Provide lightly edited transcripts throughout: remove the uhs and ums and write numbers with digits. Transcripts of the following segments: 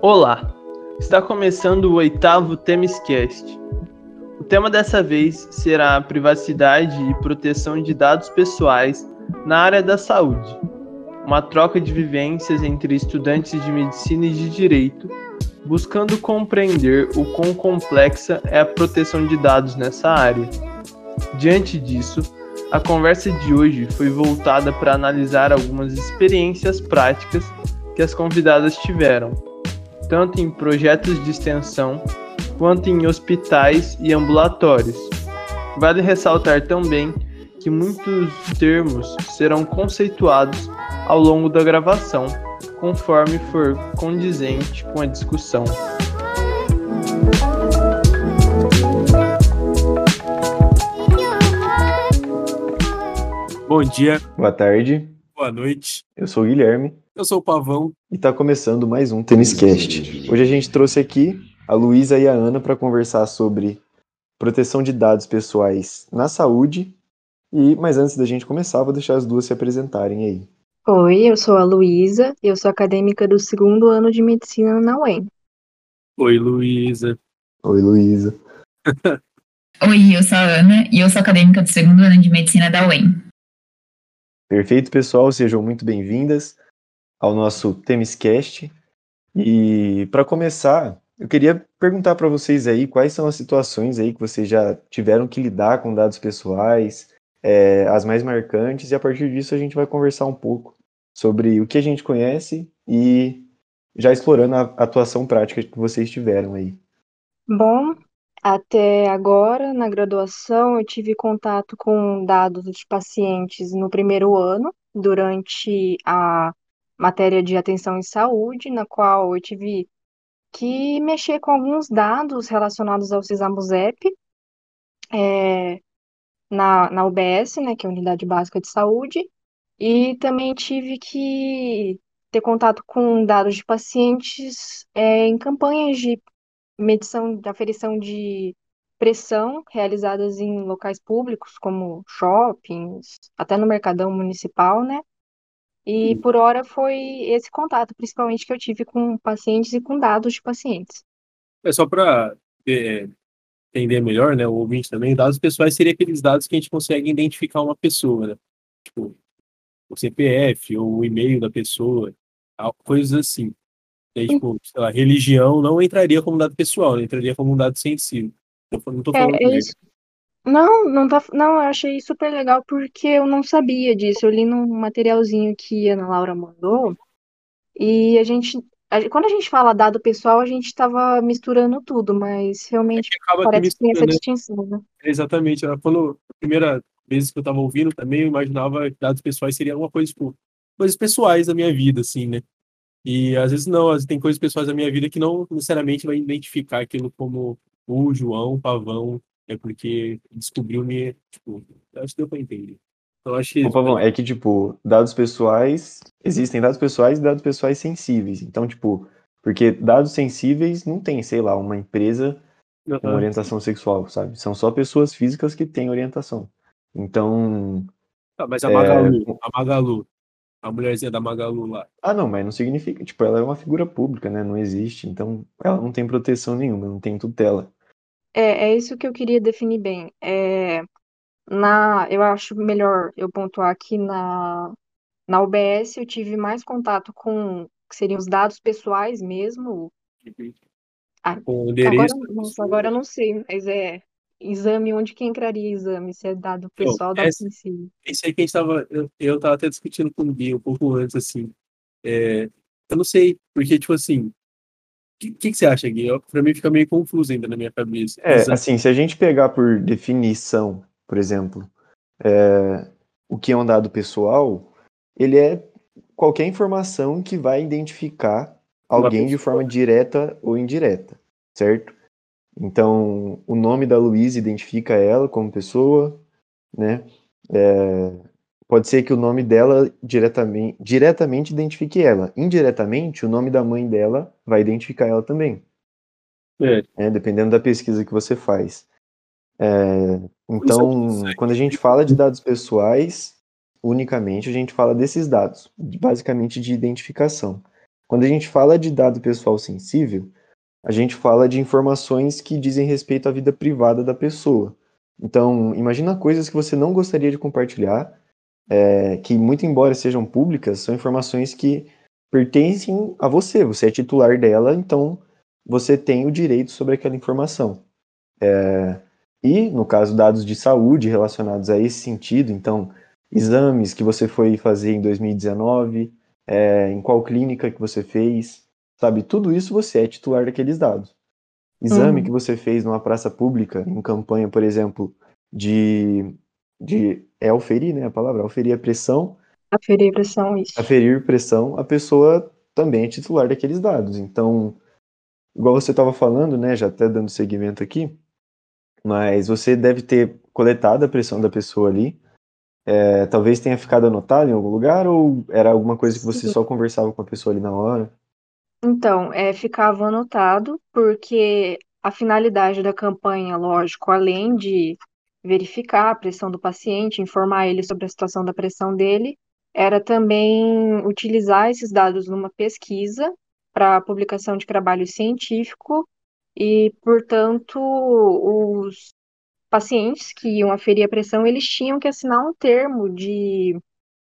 Olá, está começando o 8º Temescast. O tema dessa vez será a privacidade e proteção de dados pessoais na área da saúde, uma troca de vivências entre estudantes de medicina e de direito, buscando compreender o quão complexa é a proteção de dados nessa área. Diante disso, a conversa de hoje foi voltada para analisar algumas experiências práticas que as convidadas tiveram, tanto em projetos de extensão quanto em hospitais e ambulatórios. Vale ressaltar também que muitos termos serão conceituados ao longo da gravação, conforme for condizente com a discussão. Bom dia. Boa tarde. Boa noite. Eu sou o Guilherme. Eu sou o Pavão. E está começando mais um Temescast. Hoje a gente trouxe aqui a Luísa e a Ana para conversar sobre proteção de dados pessoais na saúde. Mas antes da gente começar, vou deixar as duas se apresentarem aí. Oi, eu sou a Luísa, eu sou acadêmica do 2º ano de medicina na UEM. Oi, Luísa. Oi, Luísa. Oi, eu sou a Ana e eu sou acadêmica do 2º ano de medicina da UEM. Perfeito, pessoal, sejam muito bem-vindas ao nosso Temescast. E para começar, eu queria perguntar para vocês aí quais são as situações aí que vocês já tiveram que lidar com dados pessoais, as mais marcantes, e a partir disso a gente vai conversar um pouco sobre o que a gente conhece e já explorando a atuação prática que vocês tiveram aí. Bom, até agora, na graduação, eu tive contato com dados de pacientes no 1º ano, durante a matéria de atenção em saúde, na qual eu tive que mexer com alguns dados relacionados ao Sisam-Muzep, na UBS, né, que é a Unidade Básica de Saúde, e também tive que ter contato com dados de pacientes em campanhas de medição, de aferição de pressão realizadas em locais públicos, como shoppings, até no Mercadão Municipal, né? E por hora foi esse contato, principalmente, que eu tive com pacientes e com dados de pacientes. É só para entender melhor, né, o ouvinte também, dados pessoais seriam aqueles dados que a gente consegue identificar uma pessoa, né? Tipo, o CPF ou o e-mail da pessoa, coisas assim. E aí, tipo, sei lá, religião não entraria como dado pessoal, né? Entraria como um dado sensível. Eu não tô falando É isso. Não, eu achei super legal porque eu não sabia disso. Eu li num materialzinho que a Ana Laura mandou e quando a gente fala dado pessoal, a gente estava misturando tudo, mas realmente acaba parece que tem essa misturando, né? distinção, né? Exatamente. Quando a primeira vez que eu tava ouvindo também, eu imaginava que dados pessoais seria alguma coisa, tipo, coisas pessoais da minha vida, assim, né? E às vezes não, às vezes tem coisas pessoais da minha vida que não necessariamente vai identificar aquilo como o João, o Pavão, é porque descobriu-me, tipo, acho que deu pra entender. Então acho que... Ô, Pavão, é que, tipo, dados pessoais, existem dados pessoais e dados pessoais sensíveis. Então, tipo, porque dados sensíveis não tem, sei lá, uma empresa com orientação sexual, sabe? São só pessoas físicas que têm orientação. Então... mas a Magalu, a mulherzinha da Magalu lá. Não, mas não significa, tipo, ela é uma figura pública, né? Não existe, então ela não tem proteção nenhuma, não tem tutela. É isso que eu queria definir bem. Eu acho melhor eu pontuar que na UBS eu tive mais contato com que seriam os dados pessoais mesmo. Com o endereço. Agora eu não sei, mas exame, onde que entraria exame? Se é dado pessoal, dado sensível. Isso aí que a gente eu tava até discutindo com o Gui um pouco antes, assim. Eu não sei, porque, tipo assim, o que você acha, Gui? Pra mim fica meio confuso ainda na minha cabeça. Assim, se a gente pegar por definição, por exemplo, o que é um dado pessoal, ele é qualquer informação que vai identificar alguém de forma direta ou indireta, certo? Então, o nome da Luísa identifica ela como pessoa, né? Pode ser que o nome dela diretamente identifique ela. Indiretamente, o nome da mãe dela vai identificar ela também. Dependendo da pesquisa que você faz. Então, quando a gente fala de dados pessoais, unicamente a gente fala desses dados, basicamente de identificação. Quando a gente fala de dado pessoal sensível, a gente fala de informações que dizem respeito à vida privada da pessoa. Então, imagina coisas que você não gostaria de compartilhar, que muito embora sejam públicas, são informações que pertencem a você. Você é titular dela, então você tem o direito sobre aquela informação. E, no caso, dados de saúde relacionados a esse sentido, então, exames que você foi fazer em 2019, em qual clínica que você fez, sabe? Tudo isso você é titular daqueles dados. Exame que Uhum. você fez numa praça pública, em campanha, por exemplo, de auferir, né, a palavra, auferir a pressão, Aferir pressão, isso. aferir pressão, a pessoa também é titular daqueles dados. Então, igual você estava falando, né, já até dando seguimento aqui, mas você deve ter coletado a pressão da pessoa ali, talvez tenha ficado anotado em algum lugar, ou era alguma coisa que você Sim. só conversava com a pessoa ali na hora? Então, ficava anotado, porque a finalidade da campanha, lógico, além de verificar a pressão do paciente, informar ele sobre a situação da pressão dele, era também utilizar esses dados numa pesquisa para publicação de trabalho científico e, portanto, os pacientes que iam aferir a pressão, eles tinham que assinar um termo de...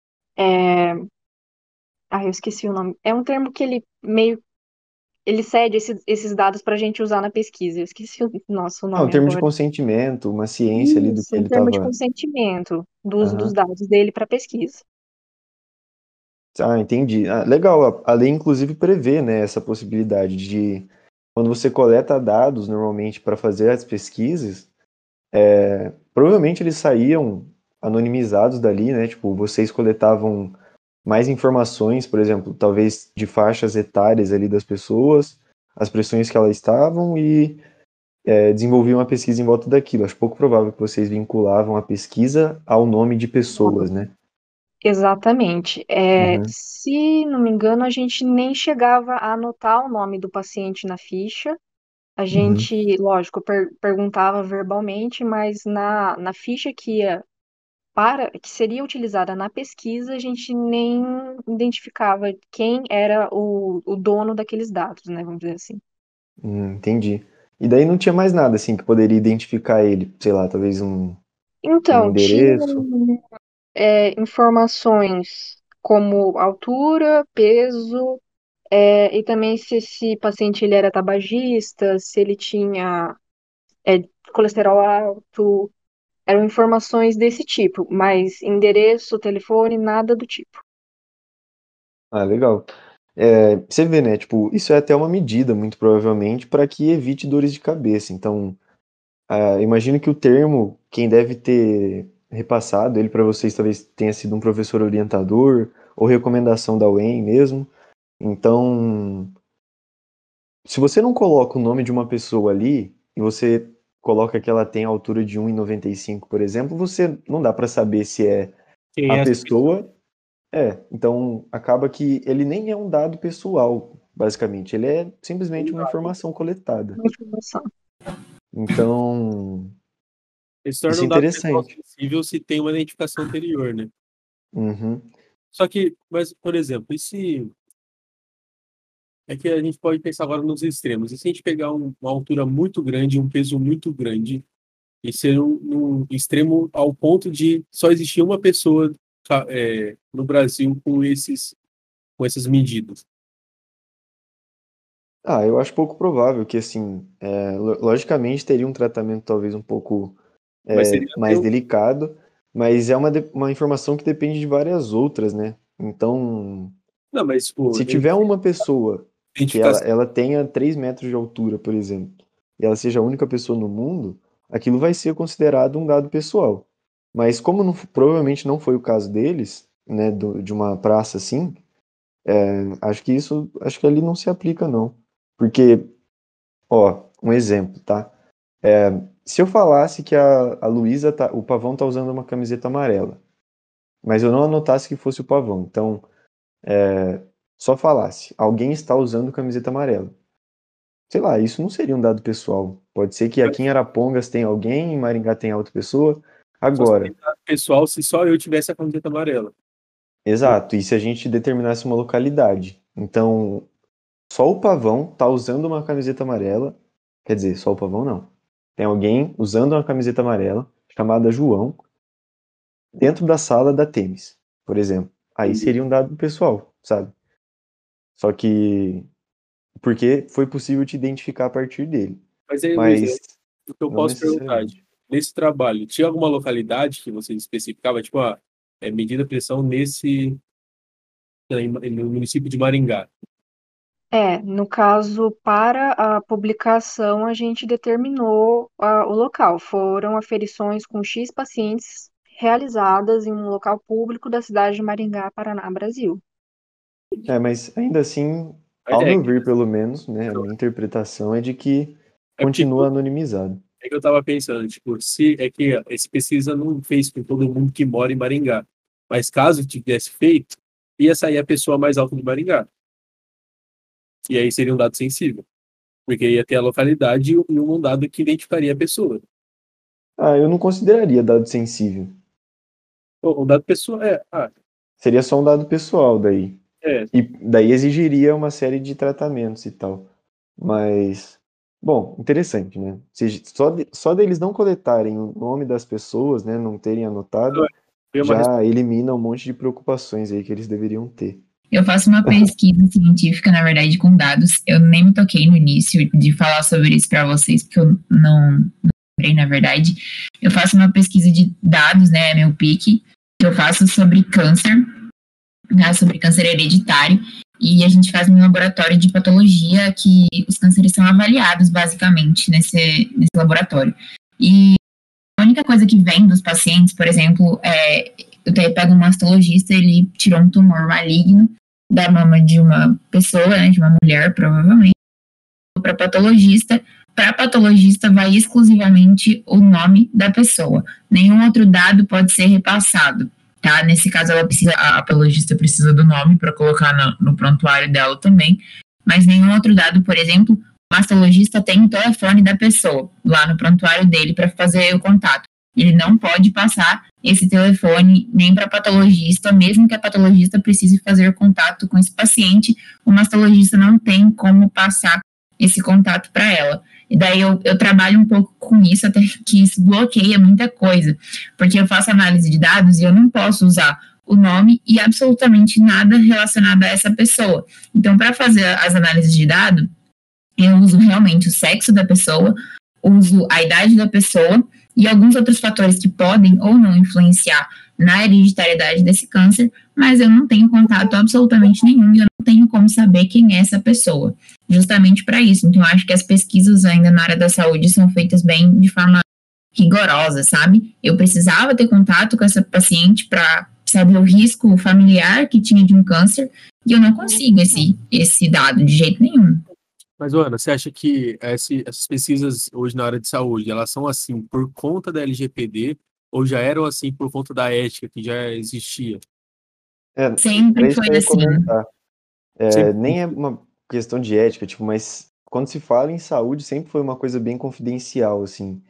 eu esqueci o nome. É um termo que ele cede esses dados para a gente usar na pesquisa. Eu esqueci o nosso Ah, um nome termo de agora. consentimento, uma ciência ali do Isso, que um ele termo de estava. consentimento do uso dos dados dele para pesquisa. Ah, entendi. Ah, legal. A lei, inclusive, prevê, né, essa possibilidade de, quando você coleta dados, normalmente, para fazer as pesquisas, provavelmente eles saíam anonimizados dali, né? Tipo, vocês coletavam mais informações, por exemplo, talvez de faixas etárias ali das pessoas, as pressões que elas estavam e desenvolviam uma pesquisa em volta daquilo. Acho pouco provável que vocês vinculavam a pesquisa ao nome de pessoas, né? Exatamente. Uhum, Se não me engano, a gente nem chegava a anotar o nome do paciente na ficha. A uhum. gente, lógico, perguntava verbalmente, mas na ficha que seria utilizada na pesquisa, a gente nem identificava quem era o dono daqueles dados, né? Vamos dizer assim. Entendi. E daí não tinha mais nada assim que poderia identificar ele, sei lá, talvez um Então, tinha endereço. informações como altura, peso, e também se esse paciente ele era tabagista, se ele tinha é, colesterol alto, eram informações desse tipo, mas endereço, telefone, nada do tipo. Ah, legal. Você vê, né? Tipo, isso é até uma medida, muito provavelmente, para que evite dores de cabeça. Então, imagino que o termo, quem deve ter repassado ele para vocês, talvez tenha sido um professor orientador ou recomendação da UEM mesmo. Então, se você não coloca o nome de uma pessoa ali e você coloca que ela tem a altura de 1,95, por exemplo, você não dá para saber se é Quem a é essa pessoa? pessoa. Então acaba que ele nem é um dado pessoal, basicamente. Ele é simplesmente uma informação coletada. Uma informação. Então, Ele se torna isso é um dado pessoal interessante. sensível se tem uma identificação anterior, né? Uhum. Só que, mas, por exemplo, e se é que a gente pode pensar agora nos extremos. E se a gente pegar uma altura muito grande, um peso muito grande, e ser um extremo ao ponto de só existir uma pessoa no Brasil com essas medidas? Eu acho pouco provável que, assim, logicamente teria um tratamento talvez um pouco Mas seria mais delicado, mas é uma informação que depende de várias outras, né? Então, não, mas tipo, se tiver uma pessoa que ela, identificação. ela tenha 3 metros de altura, por exemplo, e ela seja a única pessoa no mundo, aquilo vai ser considerado um dado pessoal. Mas como provavelmente não foi o caso deles, né, de uma praça assim, acho que ali não se aplica não. Porque, ó, um exemplo, tá? Se eu falasse que a Luísa, o Pavão tá usando uma camiseta amarela, mas eu não anotasse que fosse o Pavão, então só falasse, alguém está usando camiseta amarela. Sei lá, isso não seria um dado pessoal. Pode ser que aqui em Arapongas tem alguém, em Maringá tem outra pessoa. Só seria Agora, dado pessoal se só eu tivesse a camiseta amarela. exato, e se a gente determinasse uma localidade? Então, só o Pavão tá usando uma camiseta amarela. Quer dizer, só o Pavão não. Tem alguém usando uma camiseta amarela, chamada João, dentro da sala da Temis, por exemplo. Aí seria um dado pessoal, sabe? Só que porque foi possível te identificar a partir dele. Mas aí, Luiz, Mas o que eu não posso perguntar, necessariamente. nesse trabalho, tinha alguma localidade que você especificava, tipo, medida pressão no município de Maringá? No caso, para a publicação, a gente determinou o local. Foram aferições com X pacientes realizadas em um local público da cidade de Maringá, Paraná, Brasil. Mas ainda assim, Mas ao meu ver, pelo menos, né, a minha interpretação é de que é porque continua anonimizado. é que eu tava pensando, tipo, se é que esse pesquisa não fez com todo mundo que mora em Maringá, mas caso tivesse feito, ia sair a pessoa mais alta de Maringá. E aí seria um dado sensível, porque ia ter a localidade e um dado que identificaria a pessoa. Eu não consideraria dado sensível. O dado pessoa Seria só um dado pessoal daí. é, E daí exigiria uma série de tratamentos e tal. Mas, bom, interessante, né? Só deles não coletarem o nome das pessoas, né, não terem anotado, foi uma já elimina um monte de preocupações aí que eles deveriam ter. Eu faço uma pesquisa científica, na verdade, com dados. Eu nem me toquei no início de falar sobre isso para vocês, porque eu não lembrei, na verdade. Eu faço uma pesquisa de dados, né, meu PIC, que eu faço sobre câncer, né, sobre câncer hereditário, e a gente faz um laboratório de patologia que os cânceres são avaliados, basicamente, nesse laboratório. E a única coisa que vem dos pacientes, por exemplo, eu pego um mastologista, ele tirou um tumor maligno da mama de uma pessoa, né, de uma mulher, provavelmente, para a patologista vai exclusivamente o nome da pessoa. Nenhum outro dado pode ser repassado, tá? Nesse caso, a patologista precisa do nome para colocar no prontuário dela também, mas nenhum outro dado, por exemplo, o mastologista tem o telefone da pessoa lá no prontuário dele para fazer o contato. Ele não pode passar esse telefone nem para patologista, mesmo que a patologista precise fazer contato com esse paciente, o mastologista não tem como passar esse contato para ela. E daí eu trabalho um pouco com isso, até que isso bloqueia muita coisa, porque eu faço análise de dados e eu não posso usar o nome e absolutamente nada relacionado a essa pessoa. Então, para fazer as análises de dados, eu uso realmente o sexo da pessoa, uso a idade da pessoa e alguns outros fatores que podem ou não influenciar na hereditariedade desse câncer, mas eu não tenho contato absolutamente nenhum e eu não tenho como saber quem é essa pessoa, justamente para isso. Então, eu acho que as pesquisas ainda na área da saúde são feitas bem de forma rigorosa, sabe? Eu precisava ter contato com essa paciente para saber o risco familiar que tinha de um câncer e eu não consigo esse dado de jeito nenhum. Mas, Ana, você acha que essas pesquisas hoje na área de saúde, elas são assim por conta da LGPD ou já eram assim por conta da ética que já existia? Sempre Isso foi que eu ia assim. comentar. Sempre. Nem é uma questão de ética, tipo, mas quando se fala em saúde, sempre foi uma coisa bem confidencial, assim.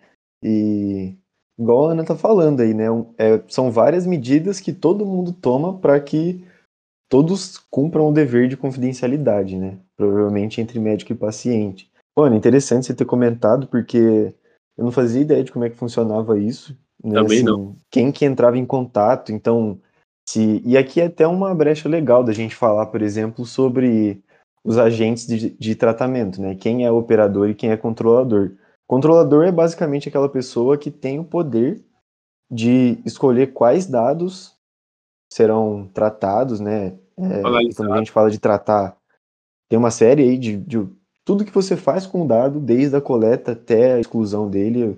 E igual a Ana tá falando aí, né? São várias medidas que todo mundo toma para que todos cumpram o dever de confidencialidade, né? Provavelmente entre médico e paciente. Ana, interessante você ter comentado, porque eu não fazia ideia de como é que funcionava isso, né? Também Assim, não. quem que entrava em contato, então, e aqui é até uma brecha legal da gente falar, por exemplo, sobre os agentes de tratamento, né? Quem é operador e quem é controlador. Controlador é basicamente aquela pessoa que tem o poder de escolher quais dados serão tratados, né? E quando a Analisar. gente fala de tratar, tem uma série aí de tudo que você faz com o dado, desde a coleta até a exclusão dele,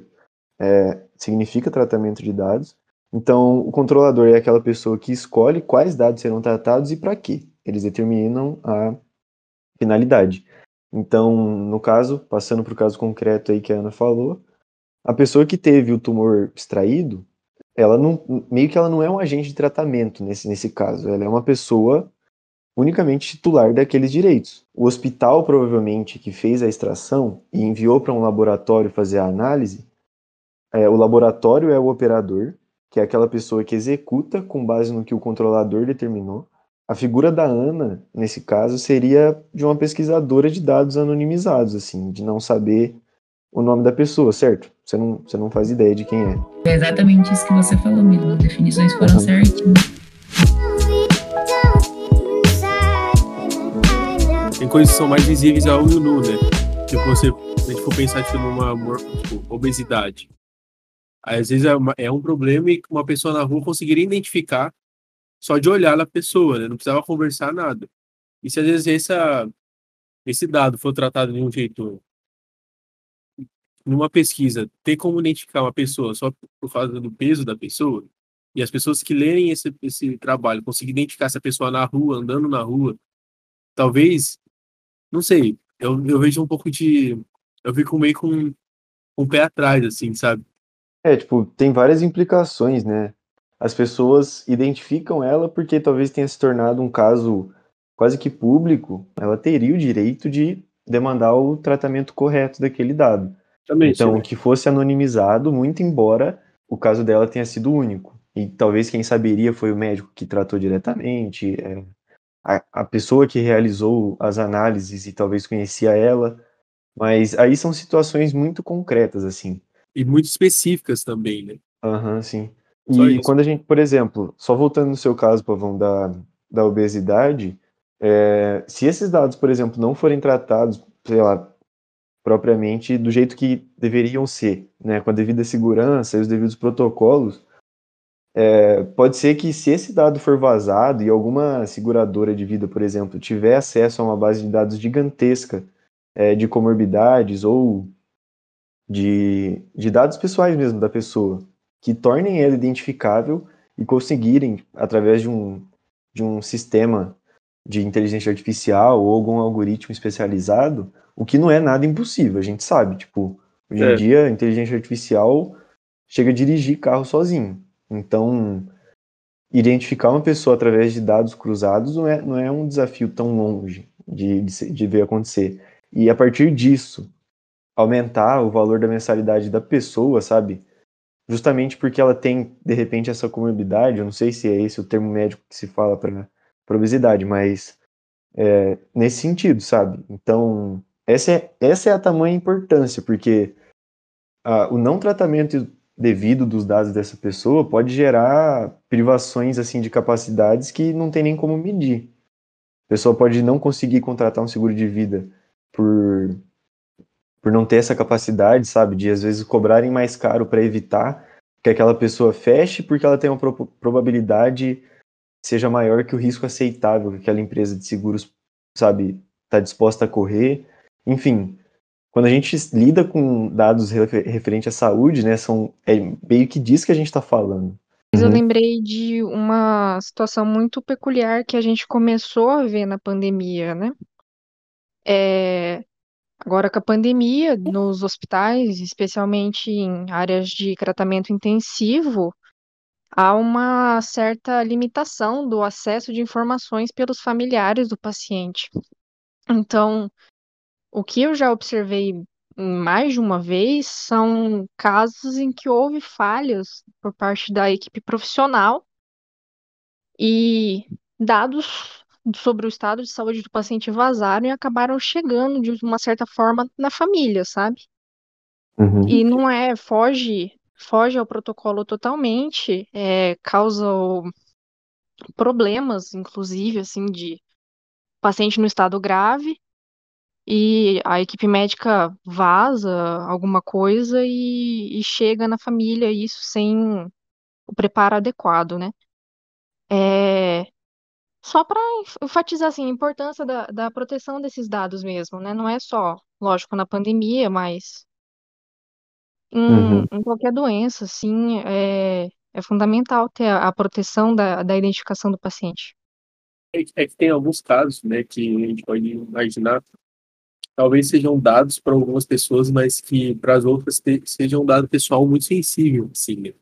significa tratamento de dados. Então, o controlador é aquela pessoa que escolhe quais dados serão tratados e para quê. Eles determinam a finalidade. Então, no caso, passando para o caso concreto aí que a Ana falou, a pessoa que teve o tumor extraído, ela não, meio que ela não é um agente de tratamento nesse caso, ela é uma pessoa unicamente titular daqueles direitos. O hospital, provavelmente, que fez a extração e enviou para um laboratório fazer a análise, o laboratório é o operador, que é aquela pessoa que executa com base no que o controlador determinou a figura da Ana, nesse caso, seria de uma pesquisadora de dados anonimizados, assim, de não saber o nome da pessoa, certo? Você não faz ideia de quem é. É exatamente isso que você falou mesmo. As definições foram certinhas. Tem coisas que são mais visíveis ao olho nu, né? Tipo, se a gente for pensar tipo, numa obesidade. Aí, às vezes é um problema e uma pessoa na rua conseguiria identificar só de olhar na pessoa, né? Não precisava conversar nada. E se às vezes esse dado for tratado de um jeito, numa pesquisa, ter como identificar uma pessoa só por causa do peso da pessoa, e as pessoas que lerem esse trabalho conseguirem identificar essa pessoa na rua, andando na rua, talvez, não sei, eu vejo um pouco de. Eu fico meio com o pé atrás, assim, sabe? Tipo, tem várias implicações, né? As pessoas identificam ela porque talvez tenha se tornado um caso quase que público, ela teria o direito de demandar o tratamento correto daquele dado. Exatamente, Então, né? que fosse anonimizado, muito embora o caso dela tenha sido único. E talvez quem saberia foi o médico que tratou diretamente, a pessoa que realizou as análises e talvez conhecia ela. Mas aí são situações muito concretas, assim. E muito específicas também, né? Aham, sim. Só E isso. quando a gente, por exemplo, só voltando no seu caso, Pavão, da obesidade, se esses dados, por exemplo, não forem tratados, sei lá, propriamente do jeito que deveriam ser, né, com a devida segurança e os devidos protocolos, pode ser que se esse dado for vazado e alguma seguradora de vida, por exemplo, tiver acesso a uma base de dados gigantesca, de comorbidades ou de dados pessoais mesmo da pessoa, que tornem ela identificável e conseguirem, através de um sistema de inteligência artificial ou algum algoritmo especializado, o que não é nada impossível, a gente sabe, tipo, hoje em É. dia a inteligência artificial chega a dirigir carro sozinho. Então, identificar uma pessoa através de dados cruzados não é um desafio tão longe de ver acontecer. E a partir disso, aumentar o valor da mensalidade da pessoa, sabe? Justamente porque ela tem, de repente, essa comorbidade, eu não sei se é esse o termo médico que se fala para obesidade, mas nesse sentido, sabe? Então, essa é a tamanha importância, porque o não tratamento devido dos dados dessa pessoa pode gerar privações, assim, de capacidades que não tem nem como medir. A pessoa pode não conseguir contratar um seguro de vida por não ter essa capacidade, sabe, de às vezes cobrarem mais caro para evitar que aquela pessoa feche, porque ela tem uma probabilidade seja maior que o risco aceitável que aquela empresa de seguros, sabe, está disposta a correr. Enfim, quando a gente lida com dados referentes à saúde, né, é meio que disso que a gente está falando. Mas eu lembrei de uma situação muito peculiar que a gente começou a ver na pandemia, né? Agora com a pandemia, nos hospitais, especialmente em áreas de tratamento intensivo, há uma certa limitação do acesso de informações pelos familiares do paciente. Então, o que eu já observei mais de uma vez são casos em que houve falhas por parte da equipe profissional e dados sobre o estado de saúde do paciente vazaram e acabaram chegando de uma certa forma na família, sabe? Uhum. E não é, foge ao protocolo totalmente, causa problemas, inclusive, assim, de paciente no estado grave e a equipe médica vaza alguma coisa e chega na família isso sem o preparo adequado, né? É, só para enfatizar assim, a importância da proteção desses dados mesmo, né? Não é só, lógico, na pandemia, mas Uhum. em qualquer doença, assim, é fundamental ter a proteção da identificação do paciente. É que tem alguns casos, né, que a gente pode imaginar, talvez sejam dados para algumas pessoas, mas que para as outras sejam um dado pessoal muito sensível, assim, né?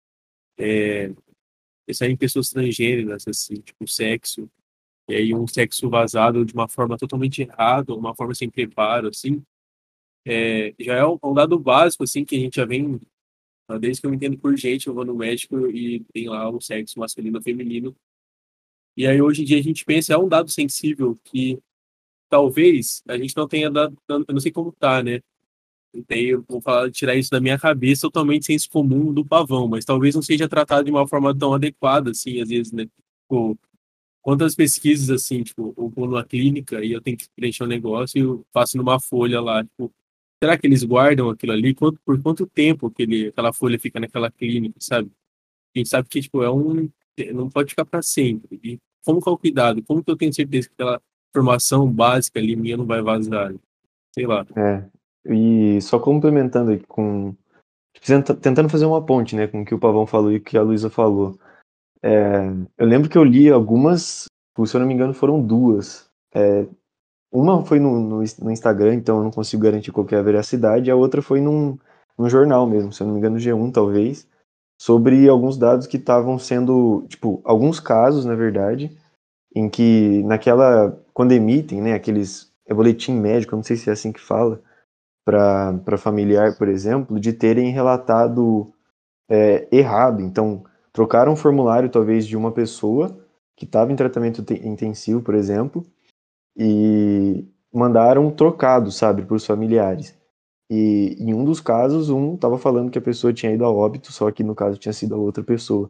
Pensar em pessoas transgêneras, assim, tipo sexo, e aí um sexo vazado de uma forma totalmente errada, uma forma sem preparo, assim, já é um dado básico, assim, que a gente já vem, desde que eu me entendo por gente, eu vou no médico e tem lá o sexo masculino ou feminino, E aí, hoje em dia, a gente pensa, é um dado sensível que talvez a gente não tenha dado, eu não sei como tá, né? Eu vou falar, tirar isso da minha cabeça, totalmente senso comum do pavão, mas talvez não seja tratado de uma forma tão adequada, assim, às vezes, né? Tipo, quantas pesquisas, assim, tipo, eu vou numa clínica e eu tenho que preencher um negócio e eu faço numa folha lá, tipo, será que eles guardam aquilo ali? Por quanto tempo aquela folha fica naquela clínica, sabe? A gente sabe que, tipo, não pode ficar para sempre. E como que é o cuidado? Como que eu tenho certeza que aquela informação básica ali minha não vai vazar? Sei lá. E só complementando aqui tentando fazer uma ponte, né, com o que o Pavão falou e o que a Luísa falou. Eu lembro que eu li algumas, se eu não me engano, foram duas. Uma foi no Instagram, então eu não consigo garantir qual que é a veracidade, a outra foi num jornal mesmo, se eu não me engano, G1 talvez, sobre alguns dados que estavam sendo, tipo, alguns casos, na verdade, em que quando emitem, né, boletim médico, eu não sei se é assim que fala, para familiar, por exemplo, de terem relatado errado. Então, trocaram um formulário, talvez, de uma pessoa que estava em tratamento intensivo, por exemplo, e mandaram trocado, sabe, para os familiares. E em um dos casos, estava falando que a pessoa tinha ido a óbito, só que no caso tinha sido a outra pessoa.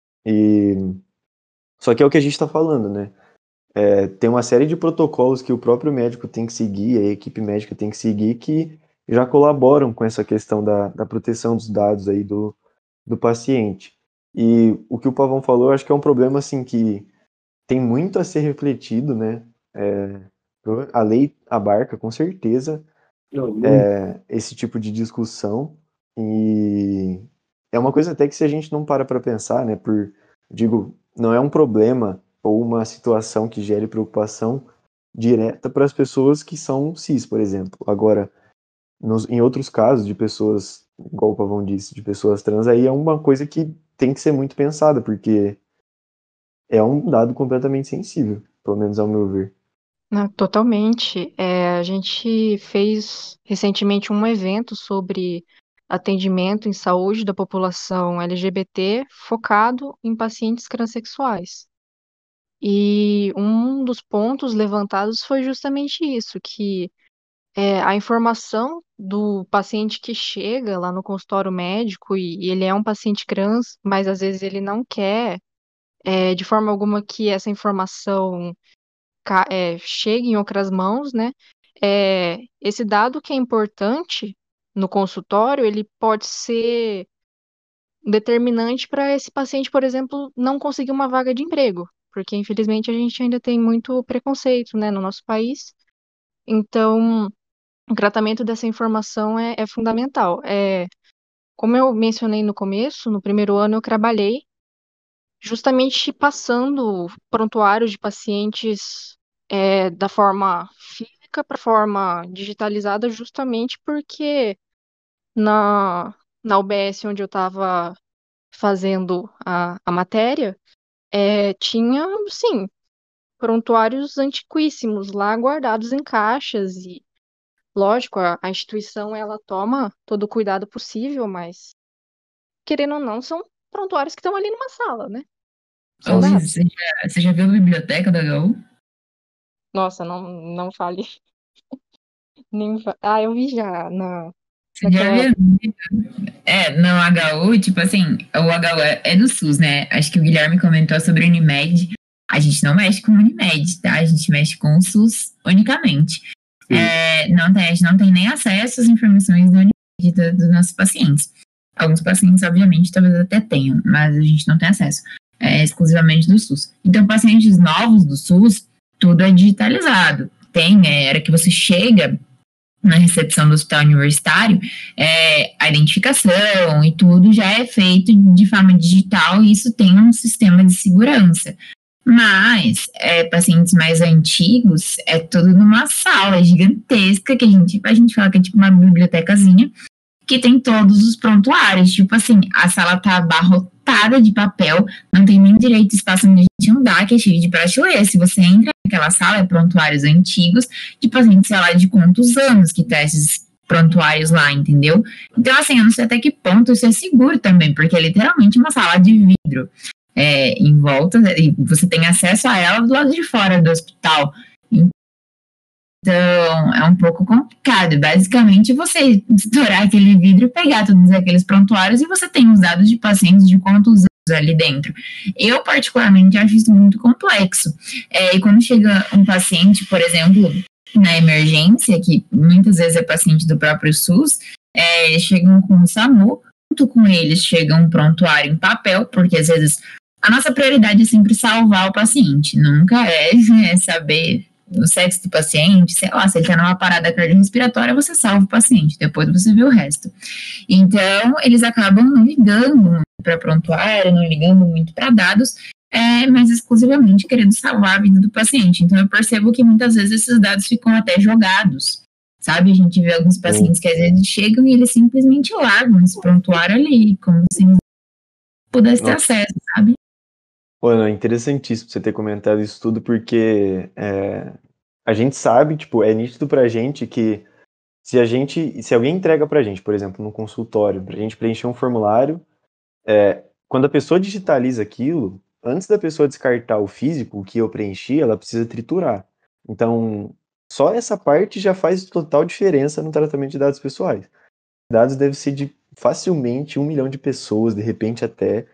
Só que é o que a gente está falando, né? Tem uma série de protocolos que o próprio médico tem que seguir, a equipe médica tem que seguir, que já colaboram com essa questão da proteção dos dados aí do paciente. E o que o Pavão falou, eu acho que é um problema assim que tem muito a ser refletido, né? A lei abarca, com certeza, esse tipo de discussão, e é uma coisa até que, se a gente não para pensar, né, não é um problema ou uma situação que gere preocupação direta para as pessoas que são cis, por exemplo. Agora, em outros casos de pessoas, igual o Pavão disse, de pessoas trans, aí é uma coisa que tem que ser muito pensada, porque é um dado completamente sensível, pelo menos ao meu ver. Não, totalmente. A gente fez recentemente um evento sobre atendimento em saúde da população LGBT focado em pacientes transexuais. E um dos pontos levantados foi justamente isso, que a informação do paciente que chega lá no consultório médico e ele é um paciente trans, mas às vezes ele não quer, de forma alguma, que essa informação chegue em outras mãos, né? Esse dado que é importante no consultório, ele pode ser determinante para esse paciente, por exemplo, não conseguir uma vaga de emprego, porque infelizmente a gente ainda tem muito preconceito, né, no nosso país. Então, o tratamento dessa informação é fundamental. Como eu mencionei no começo, no primeiro ano eu trabalhei justamente passando prontuários de pacientes da forma física para forma digitalizada, justamente porque na UBS onde eu estava fazendo a matéria, tinha, sim, prontuários antiquíssimos lá guardados em caixas e, lógico, a instituição ela toma todo o cuidado possível, mas, querendo ou não, são prontuários que estão ali numa sala, né? Ô, São Luiz, dados. você já viu a biblioteca da HU? Nossa, não fale. Eu vi já Você já naquela. viu? No HU, tipo assim, o HU é do SUS, né? Acho que o Guilherme comentou sobre a Unimed. A gente não mexe com a Unimed, tá? A gente mexe com o SUS unicamente. A gente não tem nem acesso às informações da Unimed dos nossos pacientes. Alguns pacientes, obviamente, talvez até tenham, mas a gente não tem acesso. É exclusivamente do SUS. Então, pacientes novos do SUS, tudo é digitalizado. Era que você chega na recepção do hospital universitário, a identificação e tudo já é feito de forma digital, e isso tem um sistema de segurança. Mas, pacientes mais antigos, é tudo numa sala gigantesca, que a gente fala que é tipo uma bibliotecazinha, que tem todos os prontuários. Tipo assim, a sala tá abarrotada de papel, não tem nem direito espaço onde a gente andar, que é cheio de prateleira. Se você entra naquela sala, é prontuários antigos, de pacientes, sei lá, de quantos anos que tá esses prontuários lá, entendeu? Então, assim, eu não sei até que ponto isso é seguro também, porque é literalmente uma sala de vidro. em volta, e você tem acesso a ela do lado de fora do hospital. Então, é um pouco complicado. Basicamente, você estourar aquele vidro e pegar todos aqueles prontuários e você tem os dados de pacientes de quantos anos ali dentro. Eu, particularmente, acho isso muito complexo. E quando chega um paciente, por exemplo, na emergência, que muitas vezes é paciente do próprio SUS, chegam com o SAMU, junto com eles chega um prontuário em papel, porque às vezes a nossa prioridade é sempre salvar o paciente, nunca é saber o sexo do paciente, sei lá, se ele tá numa parada cardiorrespiratória, você salva o paciente, depois você vê o resto. Então, eles acabam não ligando muito para prontuário, não ligando muito para dados, mas exclusivamente querendo salvar a vida do paciente. Então, eu percebo que muitas vezes esses dados ficam até jogados, sabe? A gente vê alguns pacientes que às vezes chegam e eles simplesmente largam esse prontuário ali, como se não pudesse ter acesso, sabe? Mano, é interessantíssimo você ter comentado isso tudo, porque a gente sabe, tipo, é nítido pra gente que se alguém entrega pra gente, por exemplo, no consultório, pra gente preencher um formulário, quando a pessoa digitaliza aquilo, antes da pessoa descartar o físico, o que eu preenchi, ela precisa triturar. Então, só essa parte já faz total diferença no tratamento de dados pessoais. Dados devem ser de facilmente 1 milhão de pessoas, de repente até,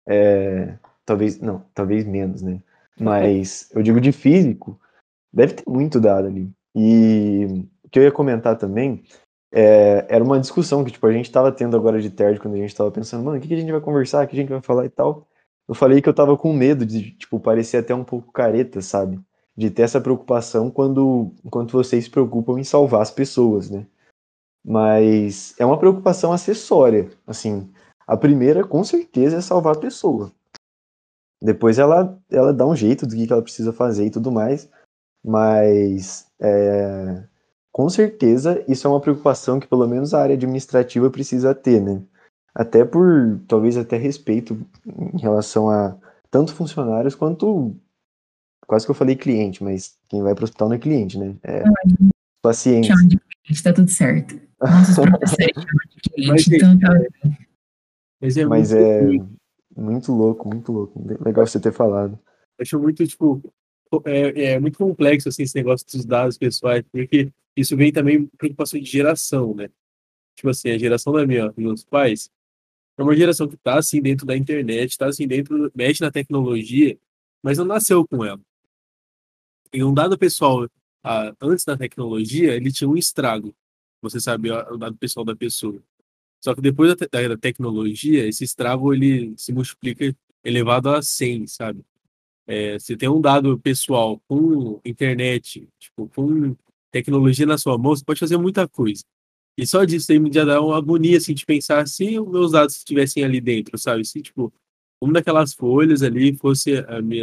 talvez menos, né? Mas eu digo de físico, deve ter muito dado ali. E o que eu ia comentar também era uma discussão que tipo, a gente tava tendo agora de tarde, quando a gente tava pensando, mano, o que a gente vai conversar, o que a gente vai falar e tal. Eu falei que eu tava com medo de, tipo, parecer até um pouco careta, sabe? De ter essa preocupação enquanto vocês se preocupam em salvar as pessoas, né? Mas é uma preocupação acessória, assim. A primeira, com certeza, é salvar a pessoa. Depois ela dá um jeito do que ela precisa fazer e tudo mais, mas com certeza isso é uma preocupação que pelo menos a área administrativa precisa ter, né? Até por, talvez até respeito em relação a tanto funcionários quanto, quase que eu falei cliente, mas quem vai para o hospital não é cliente, né? Paciente. Chama de cliente, tá tudo certo. Nossos professores chamam de cliente, então tá. Mas é muito louco, muito louco. Legal você ter falado. Acho muito, tipo, muito complexo, assim, esse negócio dos dados pessoais, porque isso vem também preocupação de geração, né? Tipo assim, a geração dos meus pais é uma geração que tá, assim, dentro da internet, tá, assim, mexe na tecnologia, mas não nasceu com ela. E um dado pessoal, antes da tecnologia, ele tinha um estrago. Você sabe o dado pessoal da pessoa. Só que depois da tecnologia, esse estrago ele se multiplica elevado a 100, sabe? Você tem um dado pessoal com internet, tipo, com tecnologia na sua mão, você pode fazer muita coisa. E só disso aí me já dá uma agonia, assim, de pensar se os meus dados estivessem ali dentro, sabe? Se, tipo, uma daquelas folhas ali fosse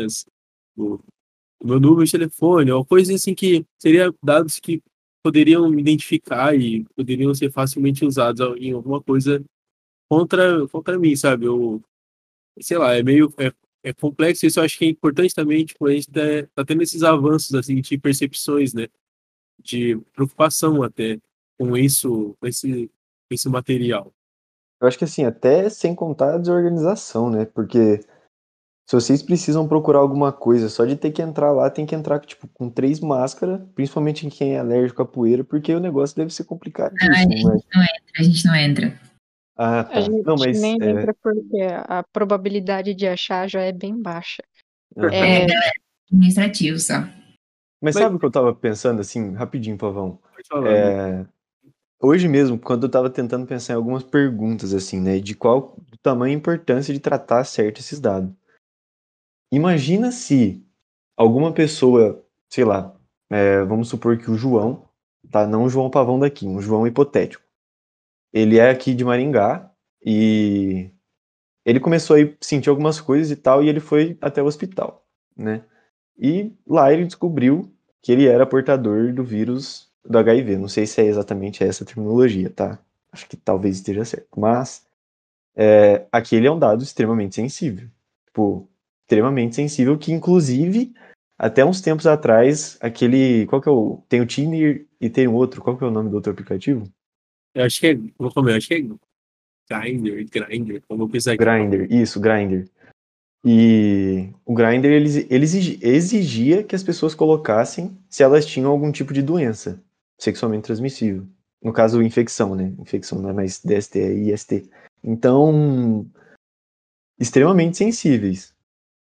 o meu número de telefone, ou coisa assim que seria dados que poderiam me identificar e poderiam ser facilmente usados em alguma coisa contra mim, sabe? Eu, sei lá, é complexo, isso eu acho que é importante também, tipo, a gente tá tendo esses avanços, assim, de percepções, né? De preocupação até com isso, com esse material. Eu acho que assim, até sem contar a desorganização, né? Porque se vocês precisam procurar alguma coisa, só de ter que entrar lá, tem que entrar tipo, com 3 máscaras, principalmente em quem é alérgico à poeira, porque o negócio deve ser complicadíssimo. A gente não entra. Ah, tá. A gente Não, mas nem entra porque a probabilidade de achar já é bem baixa. Administrativo só. Mas sabe o que eu tava pensando, assim, rapidinho, Pavão? Pode falar, Hoje mesmo, quando eu tava tentando pensar em algumas perguntas, assim, né, de qual o tamanho e importância de tratar certo esses dados. Imagina se alguma pessoa, sei lá, vamos supor que o João, tá? Não o João Pavão daqui, um João hipotético. Ele é aqui de Maringá e ele começou a sentir algumas coisas e tal, e ele foi até o hospital, né? E lá ele descobriu que ele era portador do vírus do HIV. Não sei se é exatamente essa terminologia, tá? Acho que talvez esteja certo. Mas aquele é um dado extremamente sensível. Tipo, extremamente sensível, que inclusive, até uns tempos atrás, aquele. Qual que é o. Tem o Tinder e tem o outro. Qual que é o nome do outro aplicativo? Eu acho que acho que é Grindr, como eu pensar aqui. Grindr, isso, Grindr. E o Grindr ele exigia que as pessoas colocassem se elas tinham algum tipo de doença sexualmente transmissível. No caso, infecção, né? Infecção não é mais DST, é IST. Então, extremamente sensíveis.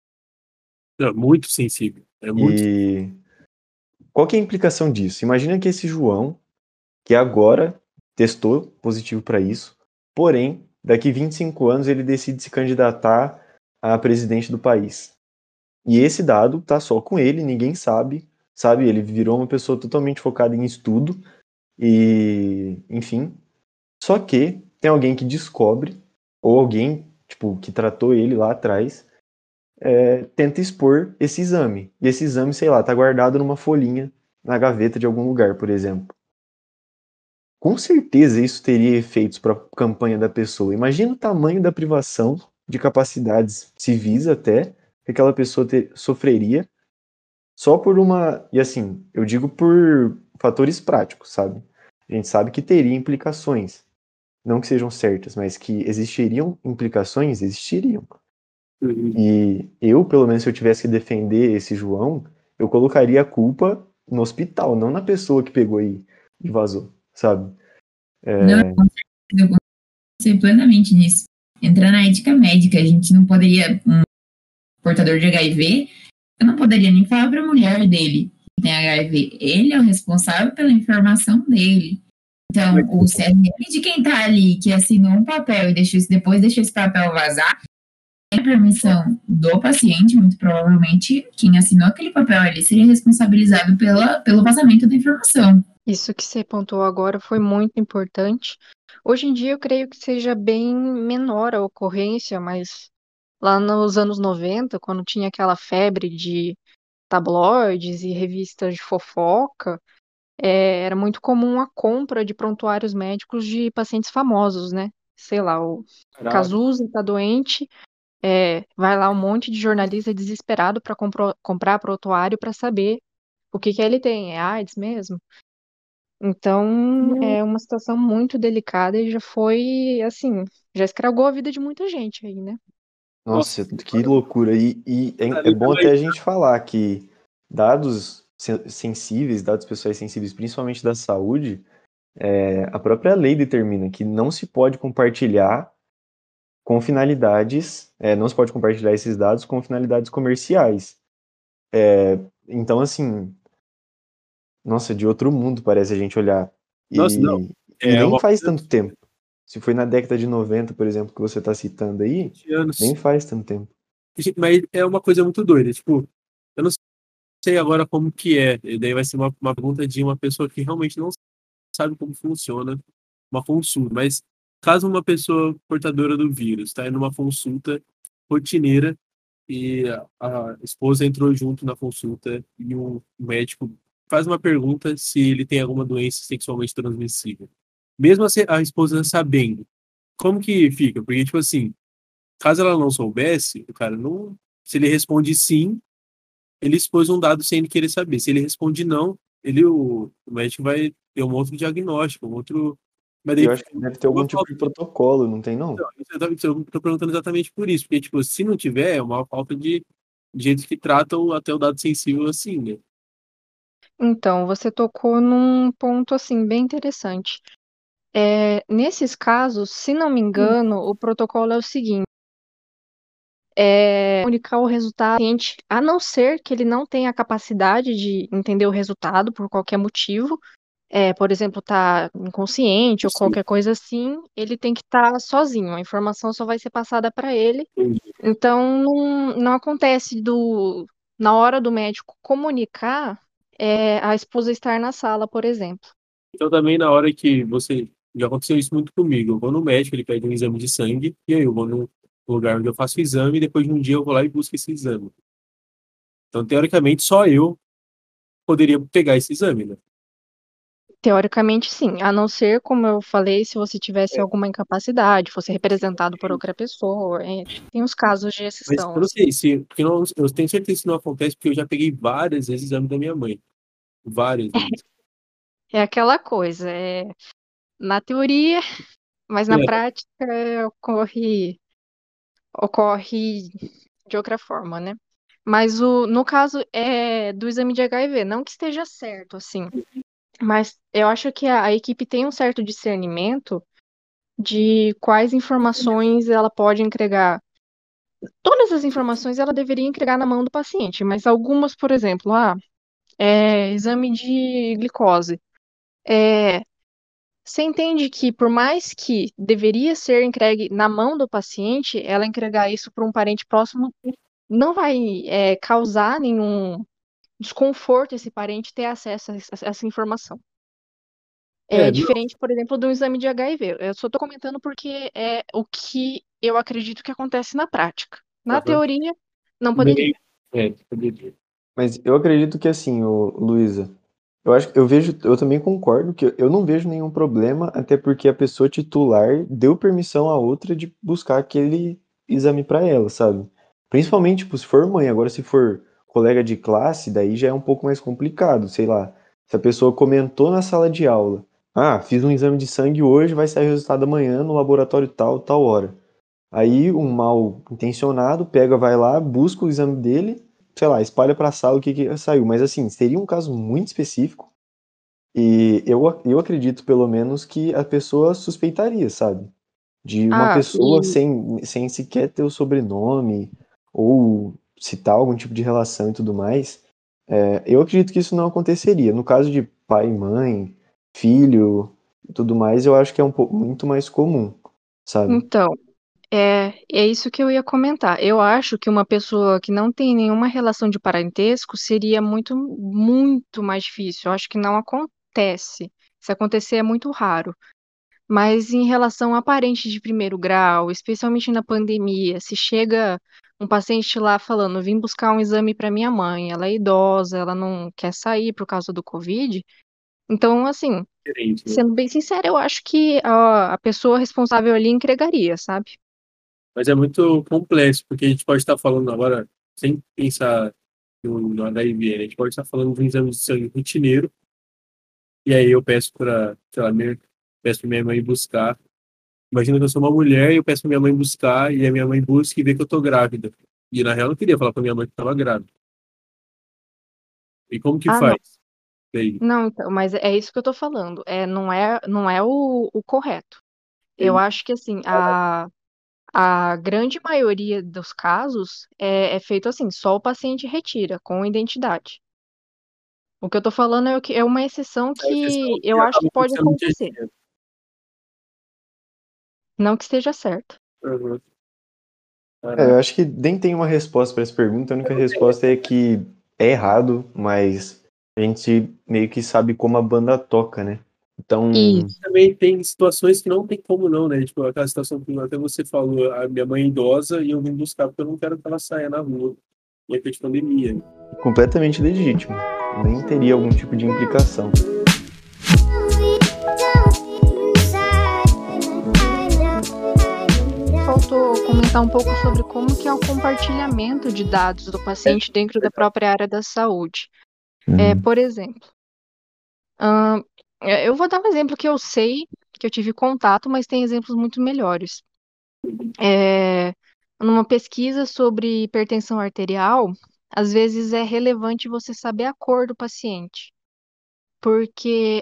É muito sensível. É muito. E qual que é a implicação disso? Imagina que esse João, que agora testou positivo para isso, porém, daqui 25 anos ele decide se candidatar a presidente do país. E esse dado tá só com ele, ninguém sabe? Ele virou uma pessoa totalmente focada em estudo e, enfim. Só que tem alguém que descobre, ou alguém, tipo, que tratou ele lá atrás, tenta expor esse exame. E esse exame, sei lá, tá guardado numa folhinha na gaveta de algum lugar, por exemplo. Com certeza isso teria efeitos para a campanha da pessoa. Imagina o tamanho da privação de capacidades civis até que aquela pessoa sofreria só por uma. E assim, eu digo por fatores práticos, sabe? A gente sabe que teria implicações. Não que sejam certas, mas que existiriam implicações, existiriam. E eu, pelo menos, se eu tivesse que defender esse João, eu colocaria a culpa no hospital, não na pessoa que pegou e vazou, sabe? Não, com certeza, eu concordo plenamente nisso. Entrar na ética médica, a gente não poderia, um portador de HIV, eu não poderia nem falar para a mulher dele que tem HIV. Ele é o responsável pela informação dele. Então, o CRM de quem está ali, que assinou um papel e depois deixou esse papel vazar, tem a permissão do paciente, muito provavelmente, quem assinou aquele papel ali seria responsabilizado pelo vazamento da informação. Isso que você pontuou agora foi muito importante. Hoje em dia eu creio que seja bem menor a ocorrência, mas lá nos anos 90, quando tinha aquela febre de tabloides e revistas de fofoca, era muito comum a compra de prontuários médicos de pacientes famosos, né? Sei lá, o Caraca. Cazuza tá doente, vai lá um monte de jornalista desesperado para comprar prontuário para saber o que que ele tem. É AIDS mesmo? Então, é uma situação muito delicada e já foi, assim, já estragou a vida de muita gente aí, né? Nossa, Nossa, que loucura. E é bom até a gente falar que dados sensíveis, dados pessoais sensíveis, principalmente da saúde, a própria lei determina que não se pode compartilhar com finalidades, não se pode compartilhar esses dados com finalidades comerciais. Então, assim, nossa, de outro mundo parece a gente olhar. Nossa, não. E É nem uma faz coisa tanto tempo. Se foi na década de 90, por exemplo, que você está citando aí, de anos. nem faz tanto tempo. Mas é uma coisa muito doida. Tipo, eu não sei agora como que é. E daí vai ser uma pergunta de uma pessoa que realmente não sabe como funciona uma consulta. Mas caso uma pessoa portadora do vírus está em uma consulta rotineira e a esposa entrou junto na consulta e o médico faz uma pergunta se ele tem alguma doença sexualmente transmissível. Mesmo a esposa sabendo, como que fica? Porque, tipo assim, caso ela não soubesse, o cara não. Se ele responde sim, ele expôs um dado sem ele querer saber. Se ele responde não, o médico vai ter um outro diagnóstico, um outro. Mas E daí eu acho fica que deve ter algum uma tipo falta de de. protocolo, não tem não? Eu tô perguntando exatamente por isso, porque, tipo, se não tiver, é uma falta de jeito que tratam até o dado sensível assim, né? Então, você tocou num ponto, assim, bem interessante. Nesses casos, se não me engano, o protocolo é o seguinte: comunicar o resultado ao paciente, a não ser que ele não tenha a capacidade de entender o resultado por qualquer motivo, por exemplo, tá inconsciente ou Sim, qualquer coisa assim, ele tem que estar sozinho, a informação só vai ser passada para ele. entendi. Então, não acontece na hora do médico comunicar, a esposa estar na sala, por exemplo. Então também na hora que você. Já aconteceu isso muito comigo. Eu vou no médico, ele pede um exame de sangue, e aí eu vou no lugar onde eu faço o exame, e depois de um dia eu vou lá e busco esse exame. Então, teoricamente, só eu poderia pegar esse exame, né? Teoricamente, sim, a não ser, como eu falei, se você tivesse É, alguma incapacidade, fosse representado por outra pessoa. Tem os casos de mas exceção, eu não assim. sei se. Porque eu tenho certeza que isso não acontece, porque eu já peguei várias vezes o exame da minha mãe. Várias vezes. É aquela coisa, na teoria, mas na É, prática ocorre de outra forma, né? Mas no caso do exame de HIV, não que esteja certo, assim, mas eu acho que a equipe tem um certo discernimento de quais informações ela pode entregar. Todas as informações ela deveria entregar na mão do paciente, mas algumas, por exemplo, exame de glicose. Você entende que, por mais que deveria ser entregue na mão do paciente, ela entregar isso para um parente próximo não vai causar nenhum desconforto esse parente ter acesso a essa informação. É Não, diferente, por exemplo, do exame de HIV. Eu só estou comentando porque é o que eu acredito que acontece na prática. Na aham. teoria, não Nem- poderia. Poderia. Mas eu acredito que assim, Luísa, eu também concordo que eu não vejo nenhum problema, até porque a pessoa titular deu permissão à outra de buscar aquele exame para ela, sabe? Principalmente, tipo, se for mãe, agora se for colega de classe, daí já é um pouco mais complicado, sei lá. Se a pessoa comentou na sala de aula, fiz um exame de sangue hoje, vai sair o resultado amanhã no laboratório tal, tal hora. Aí um mal intencionado pega, vai lá, busca o exame dele, sei lá, espalha pra sala o que saiu. Mas assim, seria um caso muito específico e eu acredito pelo menos que a pessoa suspeitaria, sabe? De uma Ah, pessoa sem sequer ter o sobrenome ou citar algum tipo de relação e tudo mais. Eu acredito que isso não aconteceria. No caso de pai, mãe, filho e tudo mais, eu acho que é um pouco muito mais comum, sabe? então, é isso que eu ia comentar. Eu acho que uma pessoa que não tem nenhuma relação de parentesco seria muito, muito mais difícil. Eu acho que não acontece. Se acontecer, é muito raro. Mas em relação a parentes de primeiro grau, especialmente na pandemia, se chega um paciente lá falando, vim buscar um exame para minha mãe, ela é idosa, ela não quer sair por causa do Covid. Então, assim, Diferente, né? sendo bem sincera, eu acho que a pessoa responsável ali entregaria, sabe? Mas é muito complexo, porque a gente pode estar falando agora, sem pensar no HIV, né? A gente pode estar falando de um exame de sangue rotineiro, e aí eu peço para, sei lá, peço pra minha mãe buscar. Imagina que eu sou uma mulher e eu peço pra minha mãe buscar, e a minha mãe busca e vê que eu tô grávida. E na real eu não queria falar pra minha mãe que estava grávida. E como que Ah, não. faz? E aí? Não, então, mas é isso que eu tô falando. Não é o correto. E Eu aí? acho que, assim, a grande maioria dos casos é feito assim, só o paciente retira, com identidade. O que eu tô falando é uma exceção A exceção que que eu acho acaba que pode acontecendo no dia a acontecer. dia. Não que esteja certo. Uhum. Eu Caraca. acho que nem tem uma resposta para essa pergunta. A única resposta é que é errado, mas a gente meio que sabe como a banda toca, né? Então, Isso. Também tem situações que não tem como não, né? Tipo, aquela situação que até você falou, a minha mãe é idosa e eu vim buscar porque eu não quero que ela saia na rua. E época de pandemia. completamente legítimo. Nem teria algum tipo de implicação. Faltou comentar um pouco sobre como que é o compartilhamento de dados do paciente dentro da própria área da saúde. Uhum. Por exemplo, ahn, eu vou dar um exemplo que eu sei, que eu tive contato, mas tem exemplos muito melhores. É, numa pesquisa sobre hipertensão arterial, às vezes é relevante você saber a cor do paciente, porque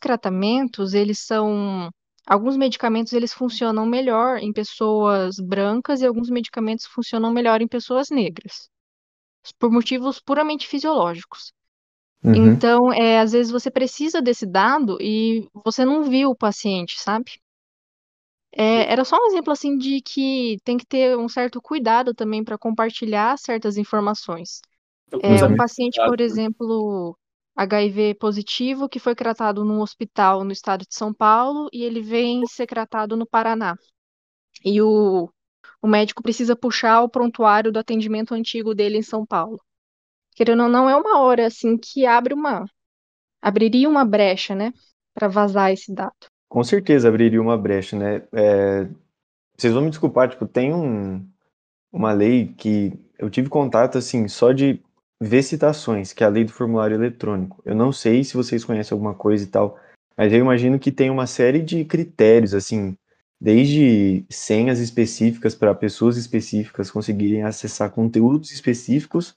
alguns medicamentos eles funcionam melhor em pessoas brancas e alguns medicamentos funcionam melhor em pessoas negras, por motivos puramente fisiológicos. Uhum. Então, às vezes você precisa desse dado e você não viu o paciente, sabe? Era só um exemplo assim de que tem que ter um certo cuidado também para compartilhar certas informações. Então, Um cruzamento de paciente, dados, por exemplo, HIV positivo, que foi tratado num hospital no estado de São Paulo e ele vem ser tratado no Paraná. E o médico precisa puxar o prontuário do atendimento antigo dele em São Paulo. Querendo ou não, é uma hora assim que abriria uma brecha, né, para vazar esse dado. Com certeza abriria uma brecha, né? Vocês vão me desculpar, tipo, tem uma lei que eu tive contato, assim, só de ver citações, que é a lei do formulário eletrônico. Eu não sei se vocês conhecem alguma coisa e tal, mas eu imagino que tem uma série de critérios, assim, desde senhas específicas para pessoas específicas conseguirem acessar conteúdos específicos.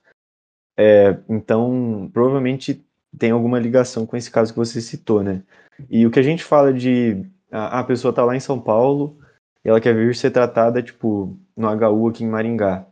Então, provavelmente tem alguma ligação com esse caso que você citou, né? E o que a gente fala de a pessoa tá lá em São Paulo e ela quer vir ser tratada, tipo, no HU aqui em Maringá.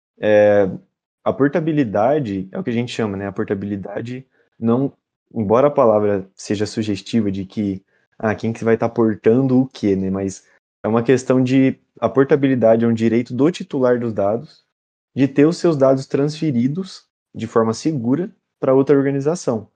A portabilidade é o que a gente chama, né? A portabilidade não, embora a palavra seja sugestiva de que quem que vai estar portando o quê, né? Mas é uma questão de a portabilidade é um direito do titular dos dados de ter os seus dados transferidos de forma segura para outra organização.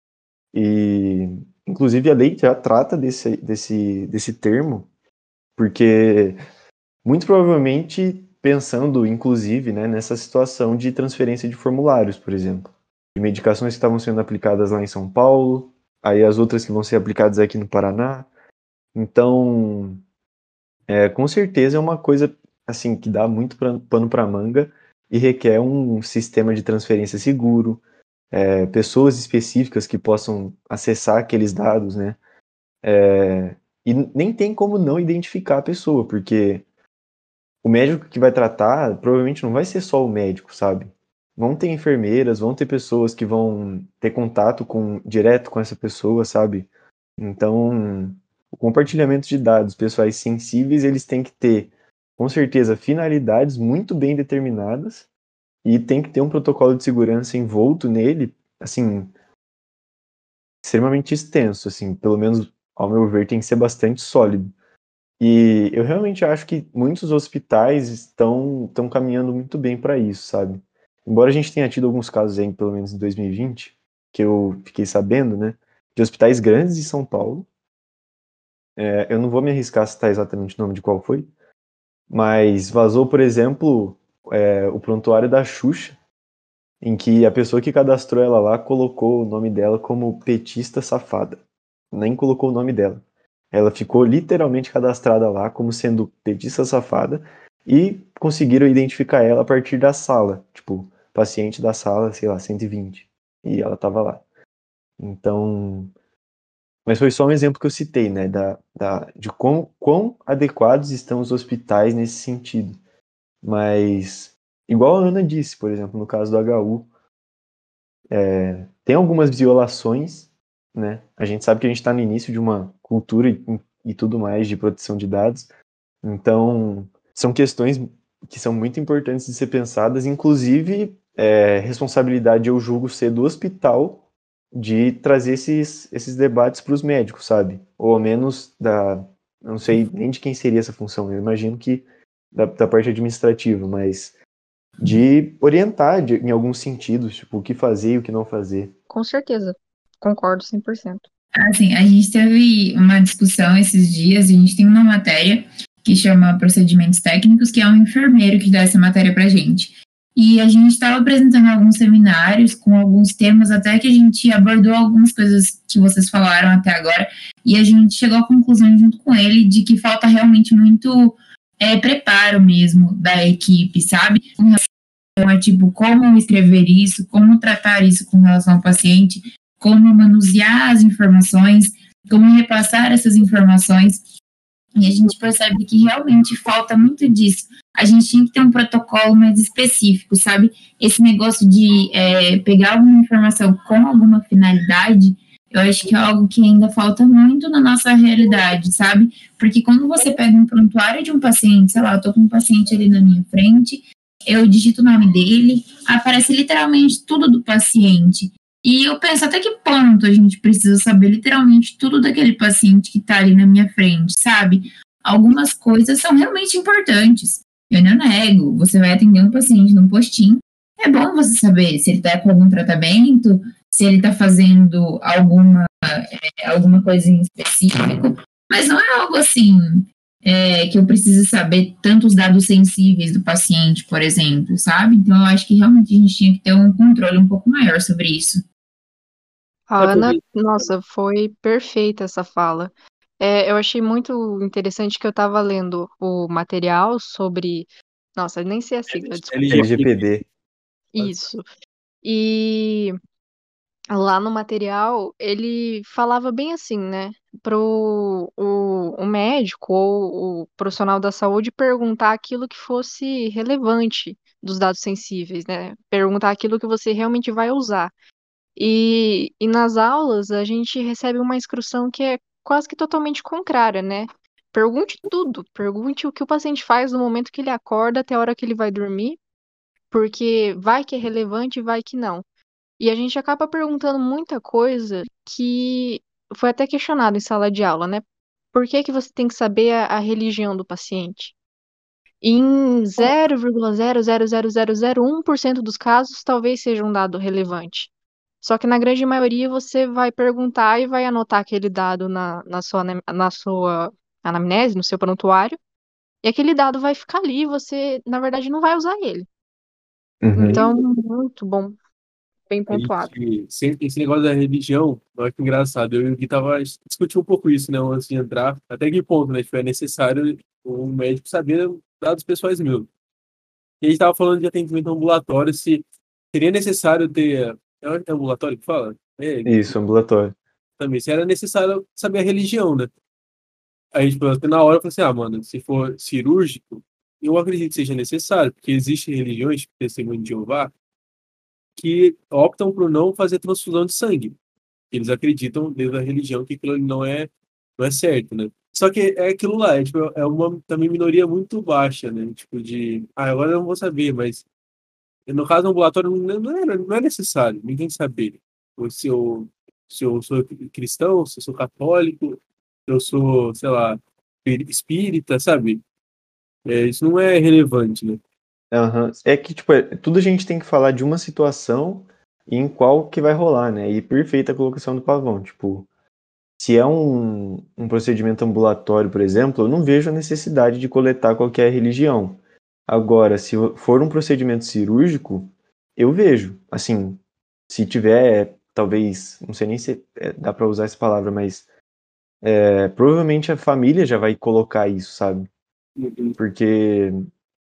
E, inclusive, a lei já trata desse termo, porque, muito provavelmente, pensando, inclusive, né, nessa situação de transferência de formulários, por exemplo, de medicações que estavam sendo aplicadas lá em São Paulo, aí as outras que vão ser aplicadas aqui no Paraná. Então, com certeza é uma coisa assim que dá muito pano para manga e requer um sistema de transferência seguro, pessoas específicas que possam acessar aqueles dados, né? E nem tem como não identificar a pessoa, porque o médico que vai tratar provavelmente não vai ser só o médico, sabe? Vão ter enfermeiras, vão ter pessoas que vão ter contato direto com essa pessoa, sabe? Então, o compartilhamento de dados pessoais sensíveis, eles têm que ter, com certeza, finalidades muito bem determinadas e tem que ter um protocolo de segurança envolto nele, assim, extremamente extenso, assim, pelo menos, ao meu ver, tem que ser bastante sólido. E eu realmente acho que muitos hospitais estão caminhando muito bem para isso, sabe? Embora a gente tenha tido alguns casos aí, pelo menos em 2020, que eu fiquei sabendo, né, de hospitais grandes de São Paulo. Eu não vou me arriscar a citar exatamente o nome de qual foi, mas vazou, por exemplo, o prontuário da Xuxa, em que a pessoa que cadastrou ela lá colocou o nome dela como petista safada. Nem colocou o nome dela. Ela ficou literalmente cadastrada lá como sendo petista safada e conseguiram identificar ela a partir da sala. Tipo, paciente da sala, sei lá, 120. E ela tava lá. Então... Mas foi só um exemplo que eu citei, né? De quão adequados estão os hospitais nesse sentido. Mas, igual a Ana disse, por exemplo, no caso do HU, tem algumas violações, né? A gente sabe que a gente está no início de uma cultura e tudo mais de proteção de dados. Então, são questões que são muito importantes de ser pensadas, inclusive responsabilidade, eu julgo, ser do hospital de trazer esses debates para os médicos, sabe? Ou ao menos não sei nem de quem seria essa função, eu imagino que da parte administrativa, mas de orientar em alguns sentidos, tipo, o que fazer e o que não fazer. Com certeza. Concordo 100%. Assim, a gente teve uma discussão esses dias, a gente tem uma matéria que chama Procedimentos Técnicos, que é um enfermeiro que dá essa matéria pra gente. E a gente estava apresentando alguns seminários com alguns temas, até que a gente abordou algumas coisas que vocês falaram até agora, e a gente chegou à conclusão junto com ele de que falta realmente muito preparo mesmo da equipe, sabe? Com relação a, tipo, como escrever isso, como tratar isso com relação ao paciente, como manusear as informações, como repassar essas informações. E a gente percebe que realmente falta muito disso. A gente tinha que ter um protocolo mais específico, sabe? Esse negócio de pegar alguma informação com alguma finalidade, eu acho que é algo que ainda falta muito na nossa realidade, sabe? Porque quando você pega um prontuário de um paciente, sei lá, eu tô com um paciente ali na minha frente, eu digito o nome dele, aparece literalmente tudo do paciente. E eu penso até que ponto a gente precisa saber literalmente tudo daquele paciente que está ali na minha frente, sabe? Algumas coisas são realmente importantes. Eu não nego, você vai atender um paciente num postinho, é bom você saber se ele está com algum tratamento, se ele está fazendo alguma coisa em específico, mas não é algo assim que eu preciso saber tantos dados sensíveis do paciente, por exemplo, sabe? Então eu acho que realmente a gente tinha que ter um controle um pouco maior sobre isso. A Ana, nossa, foi perfeita essa fala. Eu achei muito interessante que eu estava lendo o material sobre. Nossa, nem sei a sigla, desculpa. LGPD. Isso. E lá no material, ele falava bem assim, né? O médico ou o profissional da saúde perguntar aquilo que fosse relevante dos dados sensíveis, né? Perguntar aquilo que você realmente vai usar. E nas aulas a gente recebe uma instrução que é quase que totalmente contrária, né? Pergunte tudo, pergunte o que o paciente faz no momento que ele acorda até a hora que ele vai dormir, porque vai que é relevante, vai que não. E a gente acaba perguntando muita coisa que foi até questionado em sala de aula, né? Por que que você tem que saber a religião do paciente? Em 0,00001% dos casos, talvez seja um dado relevante. Só que na grande maioria você vai perguntar e vai anotar aquele dado na sua anamnese, no seu prontuário, e aquele dado vai ficar ali e você, na verdade, não vai usar ele. Uhum. Então, muito bom, bem A pontuado. gente, esse negócio da religião, olha que engraçado, eu e o Gui tava discutindo um pouco isso, né, antes de entrar, até que ponto, né, tipo, é necessário um médico saber dados pessoais meus. E a gente tava falando de atendimento ambulatório, se seria necessário ter, é ambulatório que fala? É, Isso, ambulatório. também, se era necessário saber a religião, né? Aí, tipo, até na hora eu falei assim, ah, mano, se for cirúrgico, eu acredito que seja necessário, porque existem religiões, tipo, testemunho de Jeová, que optam por não fazer transfusão de sangue. Eles acreditam, desde a religião, que aquilo ali não é certo, né? Só que é aquilo lá, é, tipo, é uma também minoria muito baixa, né? Tipo de, ah, agora eu não vou saber, mas no caso do ambulatório não é necessário, ninguém saber. Ou se eu sou cristão, se eu sou católico, se eu sou, sei lá, espírita, sabe? É, isso não é relevante, né? Aham. É que, tipo, tudo a gente tem que falar de uma situação e em qual que vai rolar, né? E perfeita a colocação do Pavão. Tipo, se é um procedimento ambulatório, por exemplo, eu não vejo a necessidade de coletar qualquer religião. Agora, se for um procedimento cirúrgico, eu vejo. Assim, se tiver, talvez, não sei nem se dá pra usar essa palavra, mas provavelmente a família já vai colocar isso, sabe? Porque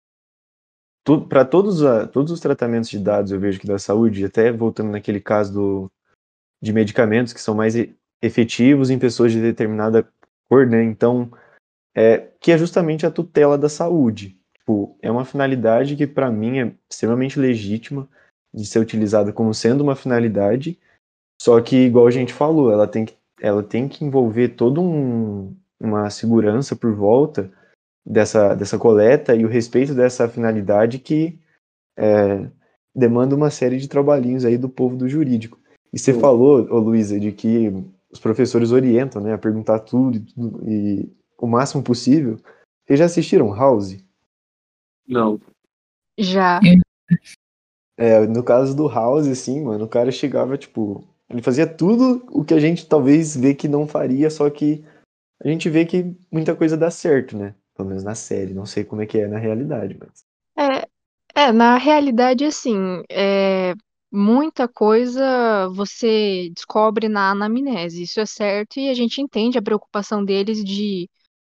para todos os tratamentos de dados eu vejo que da saúde, até voltando naquele caso de medicamentos que são mais efetivos em pessoas de determinada cor, né? Então, que é justamente a tutela da saúde. Tipo, é uma finalidade que para mim é extremamente legítima de ser utilizada como sendo uma finalidade, só que, igual a gente falou, ela tem que envolver toda uma segurança por volta dessa coleta e o respeito dessa finalidade que demanda uma série de trabalhinhos aí do povo do jurídico. E você falou, ô Luísa, de que os professores orientam, né, a perguntar tudo e o máximo possível. Vocês já assistiram House? Não. Já. No caso do House, assim, mano, o cara chegava, tipo, ele fazia tudo o que a gente talvez vê que não faria, só que a gente vê que muita coisa dá certo, né? Pelo menos na série, não sei como é que é na realidade, mas... Na realidade, assim, muita coisa você descobre na anamnese, isso é certo, e a gente entende a preocupação deles de.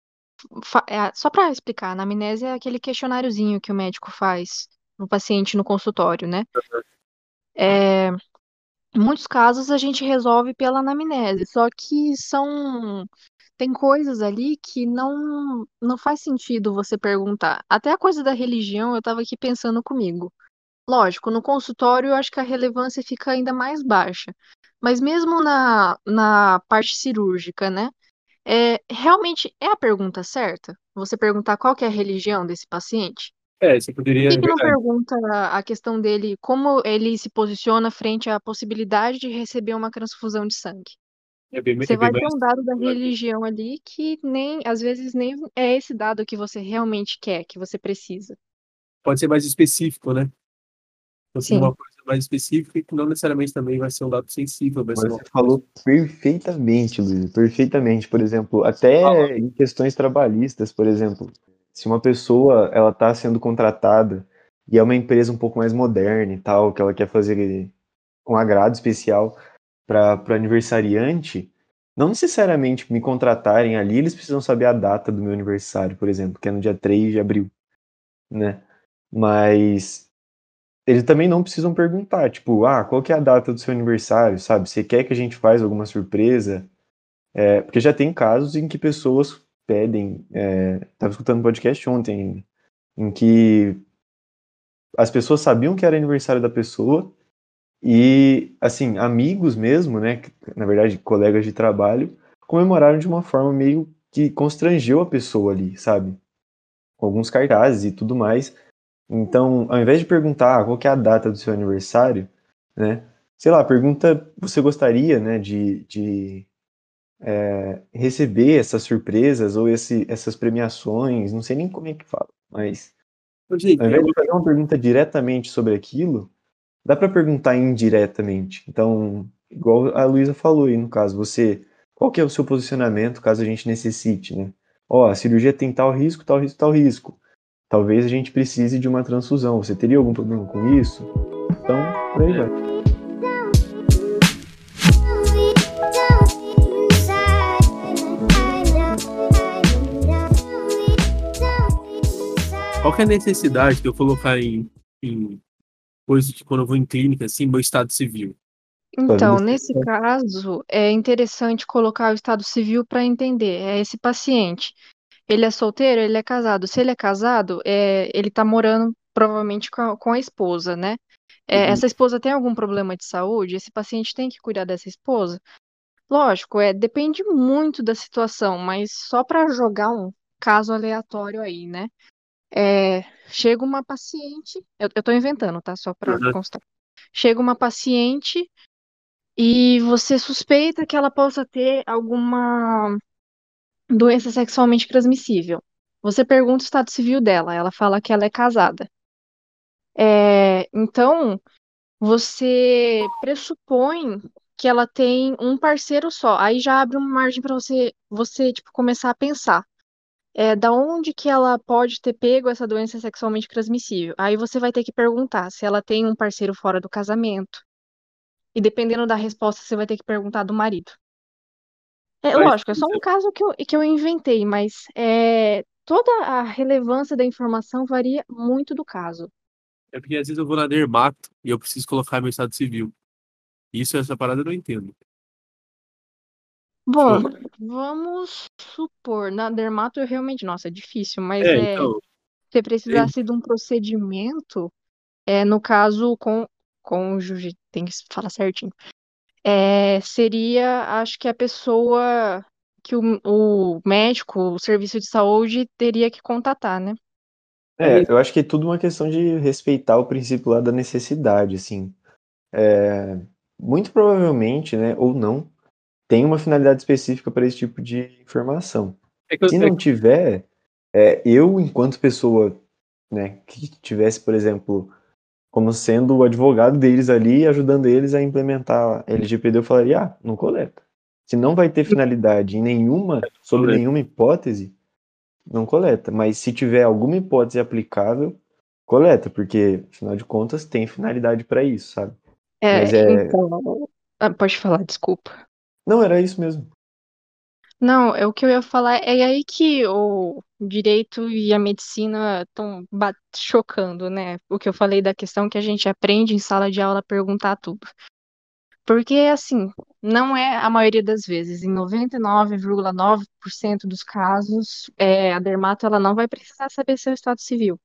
Só para explicar, a anamnese é aquele questionáriozinho que o médico faz no paciente no consultório, né? É, em muitos casos a gente resolve pela anamnese, só que tem coisas ali que não faz sentido você perguntar. Até a coisa da religião, eu estava aqui pensando comigo. Lógico, no consultório eu acho que a relevância fica ainda mais baixa. Mas mesmo na parte cirúrgica, né? Realmente é a pergunta certa? Você perguntar qual que é a religião desse paciente? É, você Por poderia, que é que não verdade. pergunta a questão dele, como ele se posiciona frente à possibilidade de receber uma transfusão de sangue? Você É bem vai ter mais. um dado da religião ali que nem, às vezes, nem é esse dado que você realmente quer, que você precisa. Pode ser mais específico, né? Conseguir Sim. uma coisa mais específica e que não necessariamente também vai ser um dado sensível, vai ser Mas uma você coisa. falou perfeitamente, Luiz, perfeitamente. Por exemplo, Fala. até em questões trabalhistas, por exemplo, se uma pessoa ela está sendo contratada e é uma empresa um pouco mais moderna e tal, que ela quer fazer um agrado especial para o aniversariante, não necessariamente me contratarem ali, eles precisam saber a data do meu aniversário, por exemplo, que é no dia 3 de abril, né? Mas eles também não precisam perguntar, tipo, qual que é a data do seu aniversário, sabe? Você quer que a gente faça alguma surpresa? Porque já tem casos em que pessoas pedem, tava escutando um podcast ontem ainda, em que as pessoas sabiam que era aniversário da pessoa e, assim, amigos mesmo, né, na verdade, colegas de trabalho, comemoraram de uma forma meio que constrangeu a pessoa ali, sabe? Com alguns cartazes e tudo mais. Então, ao invés de perguntar qual que é a data do seu aniversário, né, sei lá, pergunta, você gostaria, né, de receber essas surpresas ou essas premiações, não sei nem como é que fala, mas Gente, ao invés de fazer uma pergunta diretamente sobre aquilo, dá para perguntar indiretamente. Então, igual a Luísa falou aí no caso, qual que é o seu posicionamento caso a gente necessite, né? A cirurgia tem tal risco, tal risco, tal risco. Talvez a gente precise de uma transfusão. Você teria algum problema com isso? Então, por aí vai. qual que é a necessidade de eu colocar em coisas de quando eu vou em clínica, assim, meu estado civil? Então, nesse caso, é interessante colocar o estado civil para entender. É esse paciente. Ele é solteiro, ele é casado. Se ele é casado, ele está morando provavelmente com a esposa, né? Essa esposa tem algum problema de saúde? Esse paciente tem que cuidar dessa esposa? Lógico, depende muito da situação, mas só para jogar um caso aleatório aí, né? Chega uma paciente, eu tô inventando, tá? Só para Uhum. constar. Chega uma paciente e você suspeita que ela possa ter alguma doença sexualmente transmissível. Você pergunta o estado civil dela, ela fala que ela é casada. Então, você pressupõe que ela tem um parceiro só. Aí já abre uma margem para você tipo, começar a pensar. Da onde que ela pode ter pego essa doença sexualmente transmissível? Aí você vai ter que perguntar se ela tem um parceiro fora do casamento. E dependendo da resposta, você vai ter que perguntar do marido. Mas, Lógico, é só um caso que eu inventei, mas toda a relevância da informação varia muito do caso. é porque às vezes eu vou na dermato e eu preciso colocar meu estado civil. Essa parada eu não entendo. Bom, vamos supor, na dermato eu realmente, nossa, é difícil, mas Então, se precisasse de um procedimento, no caso com cônjuge, tem que falar certinho, seria, acho que a pessoa que o médico, o serviço de saúde teria que contatar, né? Eu acho que é tudo uma questão de respeitar o princípio lá da necessidade, assim. Muito provavelmente, né, ou não, tem uma finalidade específica para esse tipo de informação. Se não tiver, eu, enquanto pessoa, né, que tivesse, por exemplo, como sendo o advogado deles ali, ajudando eles a implementar a LGPD, eu falaria, não coleta. Se não vai ter finalidade sobre nenhuma hipótese, não coleta. Mas se tiver alguma hipótese aplicável, coleta, porque, afinal de contas, tem finalidade para isso, sabe? Mas Então, pode falar, desculpa. Não, era isso mesmo. Não, o que eu ia falar é aí que o direito e a medicina estão chocando, né? O que eu falei da questão que a gente aprende em sala de aula a perguntar tudo. Porque, assim, não é a maioria das vezes, em 99,9% dos casos, a dermato ela não vai precisar saber seu estado civil.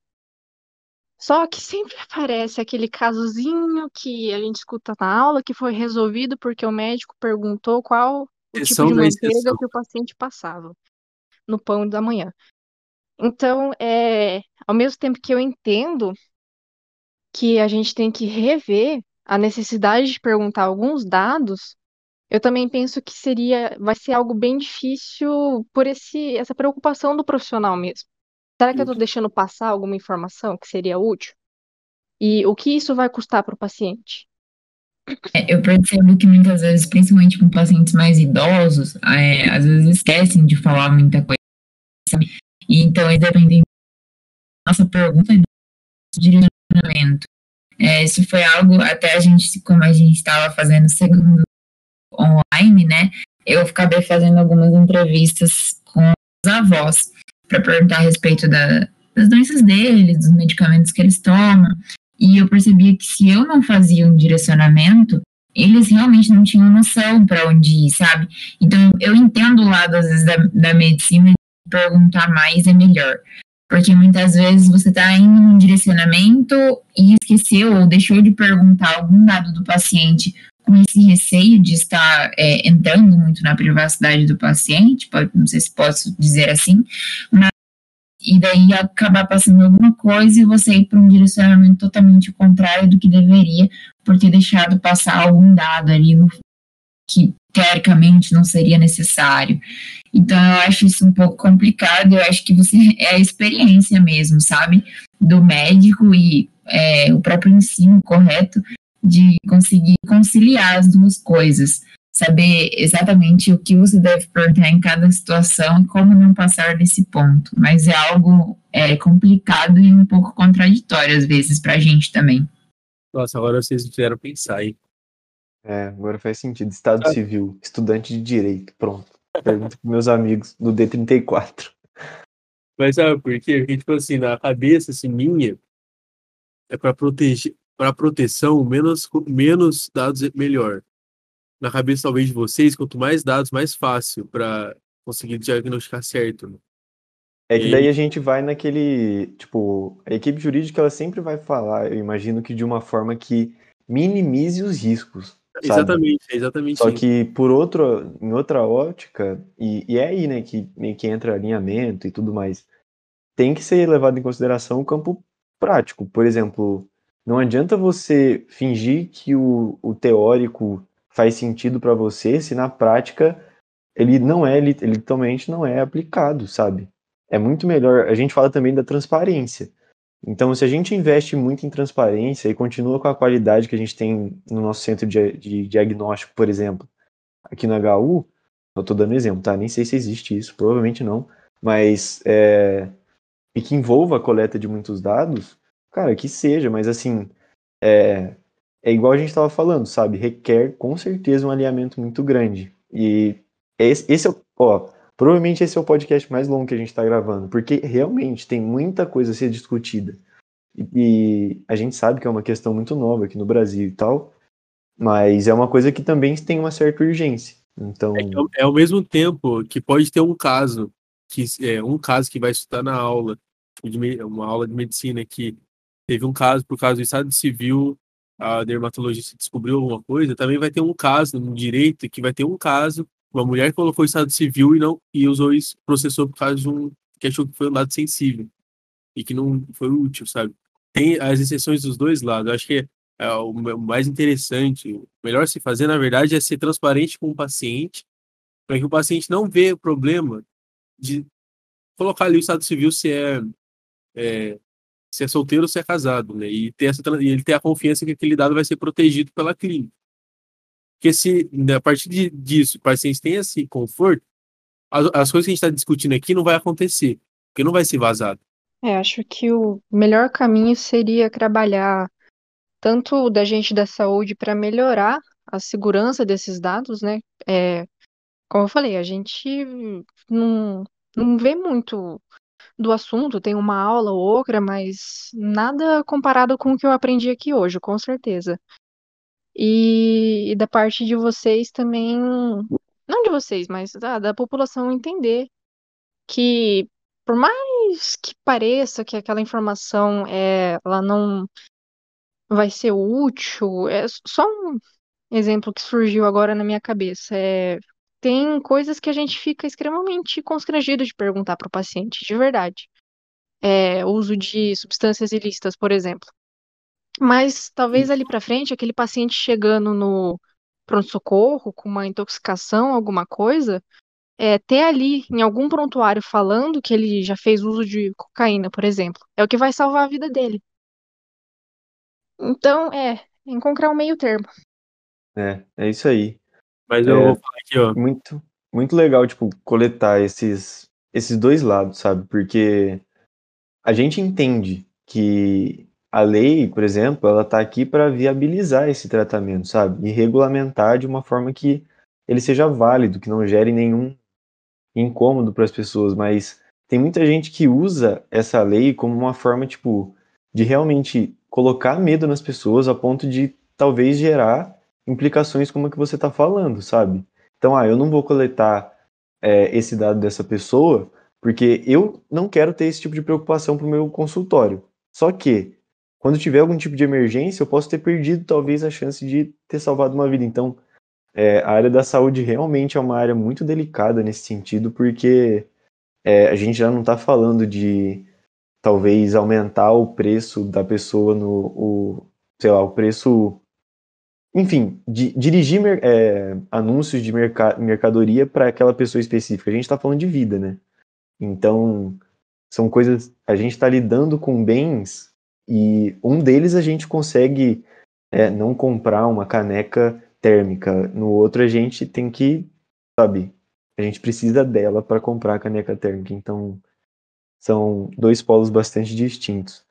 Só que sempre aparece aquele casozinho que a gente escuta na aula que foi resolvido porque o médico perguntou qual o tipo exceção de da manteiga exceção. que o paciente passava no pão da manhã. Então, ao mesmo tempo que eu entendo que a gente tem que rever a necessidade de perguntar alguns dados, eu também penso que vai ser algo bem difícil por essa preocupação do profissional mesmo. Será que eu estou deixando passar alguma informação que seria útil? E o que isso vai custar para o paciente? Eu percebo que muitas vezes, principalmente com pacientes mais idosos, às vezes esquecem de falar muita coisa, sabe? E então, dependendo da nossa pergunta e do nosso direcionamento. Isso foi algo, até como a gente estava fazendo segundo online, né? Eu acabei fazendo algumas entrevistas com os avós para perguntar a respeito das doenças deles, dos medicamentos que eles tomam. E eu percebia que se eu não fazia um direcionamento, eles realmente não tinham noção para onde ir, sabe? Então, eu entendo o lado, às vezes, da medicina, de perguntar mais é melhor. Porque muitas vezes você está indo num direcionamento e esqueceu ou deixou de perguntar algum dado do paciente com esse receio de estar entrando muito na privacidade do paciente, não sei se posso dizer assim, mas e daí acabar passando alguma coisa e você ir para um direcionamento totalmente contrário do que deveria, por ter deixado passar algum dado ali que teoricamente não seria necessário. Então eu acho isso um pouco complicado, eu acho que é a experiência mesmo, sabe, do médico e o próprio ensino correto de conseguir conciliar as duas coisas, saber exatamente o que você deve perguntar em cada situação e como não passar desse ponto. Mas é algo complicado e um pouco contraditório, às vezes, para a gente também. Nossa, agora vocês me fizeram pensar aí. Agora faz sentido. Estado civil, estudante de direito, pronto. Pergunta para meus amigos do D34. Mas sabe por quê? Porque, tipo assim, na cabeça assim, minha, é para proteger, para proteção, menos dados é melhor. Na cabeça, talvez, de vocês, quanto mais dados, mais fácil para conseguir diagnosticar certo. Né? É que daí a gente vai naquele, tipo, a equipe jurídica ela sempre vai falar, eu imagino que de uma forma que minimize os riscos, sabe? Exatamente Só isso. que em outra ótica, e é aí, né, que meio que entra alinhamento e tudo mais, tem que ser levado em consideração o campo prático. Por exemplo, não adianta você fingir que o teórico faz sentido para você se na prática ele literalmente não é aplicado, sabe? É muito melhor. A gente fala também da transparência. Então, se a gente investe muito em transparência e continua com a qualidade que a gente tem no nosso centro de diagnóstico, por exemplo, aqui no HU, eu estou dando exemplo, tá? Nem sei se existe isso, provavelmente não, mas e que envolva a coleta de muitos dados, cara, que seja, mas assim, é igual a gente estava falando, sabe? Requer com certeza um alinhamento muito grande. E esse é provavelmente esse é o podcast mais longo que a gente está gravando, porque realmente tem muita coisa a ser discutida. E a gente sabe que é uma questão muito nova aqui no Brasil e tal, mas é uma coisa que também tem uma certa urgência. Então, É ao mesmo tempo que pode ter um caso que vai estudar na aula, uma aula de medicina que teve um caso por causa do estado civil, a dermatologista descobriu alguma coisa, também vai ter um caso no direito que vai ter um caso, uma mulher que colocou o estado civil e usou isso, processou por causa de que achou que foi um dado sensível e que não foi útil, sabe? Tem as exceções dos dois lados. Eu acho que o mais interessante, o melhor se fazer, na verdade, é ser transparente com o paciente, para que o paciente não vê o problema de colocar ali o estado civil se é solteiro ou se é casado, né? E e ele ter a confiança que aquele dado vai ser protegido pela clínica. Porque se, né, a partir disso, o paciente tem esse conforto, as coisas que a gente está discutindo aqui não vai acontecer, porque não vai ser vazado. Acho que o melhor caminho seria trabalhar tanto da gente da saúde para melhorar a segurança desses dados, né? Como eu falei, a gente não, não vê muito do assunto, tem uma aula ou outra, mas nada comparado com o que eu aprendi aqui hoje, com certeza. E da parte de vocês também, não de vocês, mas da população entender que, por mais que pareça que aquela informação ela não vai ser útil, é só um exemplo que surgiu agora na minha cabeça. Tem coisas que a gente fica extremamente constrangido de perguntar para o paciente, de verdade. O uso de substâncias ilícitas, por exemplo. Mas talvez ali para frente, aquele paciente chegando no pronto-socorro com uma intoxicação, alguma coisa, ter ali em algum prontuário falando que ele já fez uso de cocaína, por exemplo, é o que vai salvar a vida dele. Então, encontrar um meio termo. é isso aí. Mas eu vou falar aqui, ó. Muito, muito legal, tipo, coletar esses dois lados, sabe? Porque a gente entende que a lei, por exemplo, ela tá aqui para viabilizar esse tratamento, sabe? E regulamentar de uma forma que ele seja válido, que não gere nenhum incômodo para as pessoas, mas tem muita gente que usa essa lei como uma forma, tipo, de realmente colocar medo nas pessoas a ponto de talvez gerar implicações como a que você está falando, sabe? Então, eu não vou coletar esse dado dessa pessoa porque eu não quero ter esse tipo de preocupação para o meu consultório. Só que, quando tiver algum tipo de emergência, eu posso ter perdido talvez a chance de ter salvado uma vida. Então, a área da saúde realmente é uma área muito delicada nesse sentido, porque a gente já não está falando de talvez aumentar o preço da pessoa o preço, enfim, dirigir anúncios de mercadoria para aquela pessoa específica. A gente está falando de vida, né? Então, são coisas, a gente está lidando com bens e um deles a gente consegue não comprar uma caneca térmica, no outro a gente tem que, sabe, a gente precisa dela para comprar a caneca térmica. Então, são dois polos bastante distintos.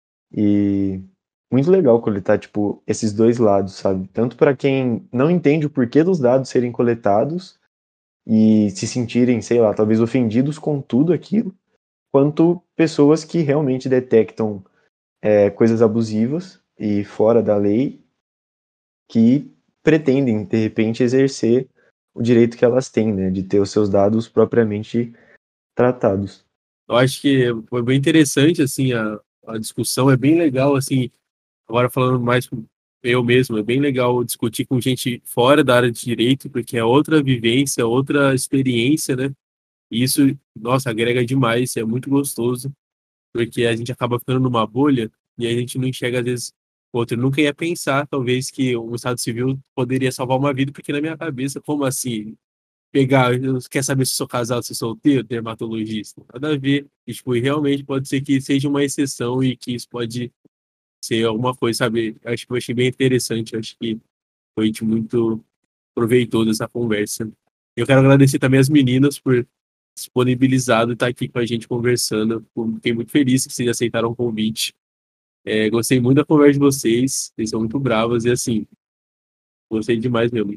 E muito legal coletar, tipo, esses dois lados, sabe? Tanto para quem não entende o porquê dos dados serem coletados e se sentirem, sei lá, talvez ofendidos com tudo aquilo, quanto pessoas que realmente detectam coisas abusivas e fora da lei que pretendem, de repente, exercer o direito que elas têm, né? De ter os seus dados propriamente tratados. Eu acho que foi bem interessante, assim, a discussão é bem legal, assim, agora falando mais eu mesmo, é bem legal discutir com gente fora da área de direito, porque é outra vivência, outra experiência, né? E isso, nossa, agrega demais, é muito gostoso, porque a gente acaba ficando numa bolha e a gente não enxerga, às vezes, outro. Eu nunca ia pensar, talvez, que um estado civil poderia salvar uma vida, porque na minha cabeça, como assim? Quer saber se sou casado, se sou solteiro, dermatologista? Nada a ver. E, tipo, realmente pode ser que seja uma exceção e que isso pode ser alguma coisa, sabe? Acho que eu achei bem interessante, acho que foi muito proveitoso essa conversa. Eu quero agradecer também as meninas por disponibilizado estar aqui com a gente conversando. Fiquei muito feliz que vocês aceitaram o convite. Gostei muito da conversa de vocês são muito bravas e assim, gostei demais mesmo.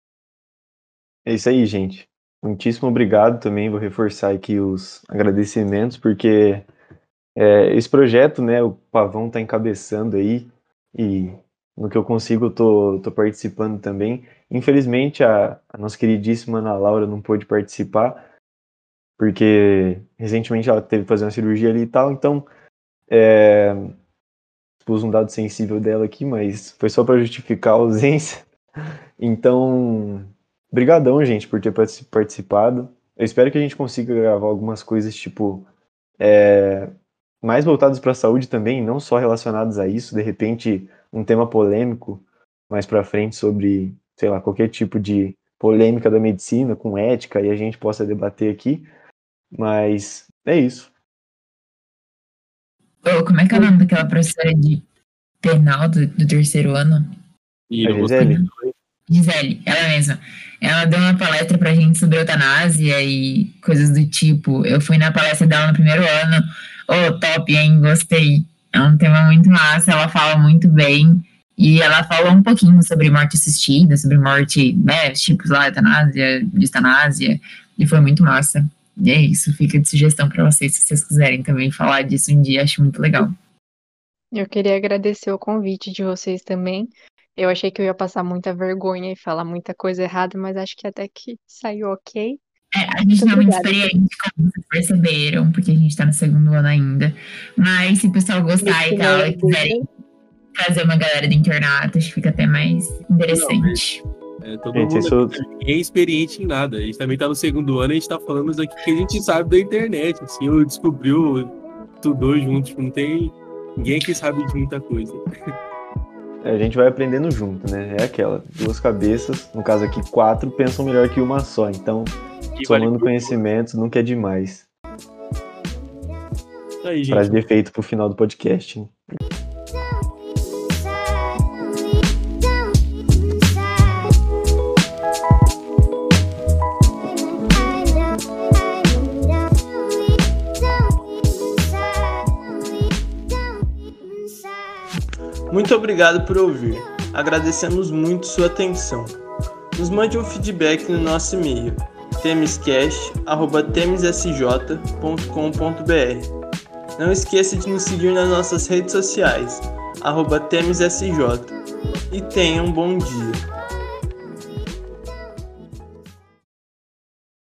É isso aí, gente. Muitíssimo obrigado também, vou reforçar aqui os agradecimentos, porque esse projeto, né, o Pavão está encabeçando aí, e no que eu consigo eu tô participando também. Infelizmente, a nossa queridíssima Ana Laura não pôde participar, porque recentemente ela teve que fazer uma cirurgia ali e tal, então expus um dado sensível dela aqui, mas foi só para justificar a ausência. Então, brigadão, gente, por ter participado. Eu espero que a gente consiga gravar algumas coisas, tipo, mais voltadas para a saúde também, não só relacionadas a isso, de repente um tema polêmico mais para frente sobre, sei lá, qualquer tipo de polêmica da medicina com ética e a gente possa debater aqui, mas é isso. Como é que é o nome daquela professora de penal do terceiro ano? E A Gisele? Gisele, ela mesma. Ela deu uma palestra pra gente sobre eutanásia e coisas do tipo. Eu fui na palestra dela no primeiro ano. Top, hein? Gostei. É um tema muito massa, ela fala muito bem. E ela falou um pouquinho sobre morte assistida, sobre morte, né, tipos lá, eutanásia, distanásia. E foi muito massa. E é isso, fica de sugestão pra vocês, se vocês quiserem também falar disso um dia, acho muito legal. Eu queria agradecer o convite de vocês também. Eu achei que eu ia passar muita vergonha e falar muita coisa errada, mas acho que até que saiu ok. A gente não é muito experiente, como vocês perceberam, porque a gente tá no segundo ano ainda. Mas se o pessoal gostar e tal, e quiserem trazer uma galera do internato, acho que fica até mais interessante. Todo mundo é experiente em nada. A gente também tá no segundo ano e a gente tá falando daqui que a gente sabe da internet. Assim, eu descobriu, estudou junto, não tem ninguém que sabe de muita coisa. A gente vai aprendendo junto, né? É aquela, duas cabeças, no caso aqui 4, pensam melhor que uma só. Então, somando conhecimentos nunca é demais. Aí, gente. Frase de efeito pro final do podcast, hein? Muito obrigado por ouvir. Agradecemos muito sua atenção. Nos mande um feedback no nosso e-mail temescast@temessj.com.br. Não esqueça de nos seguir nas nossas redes sociais @temessj. E tenha um bom dia.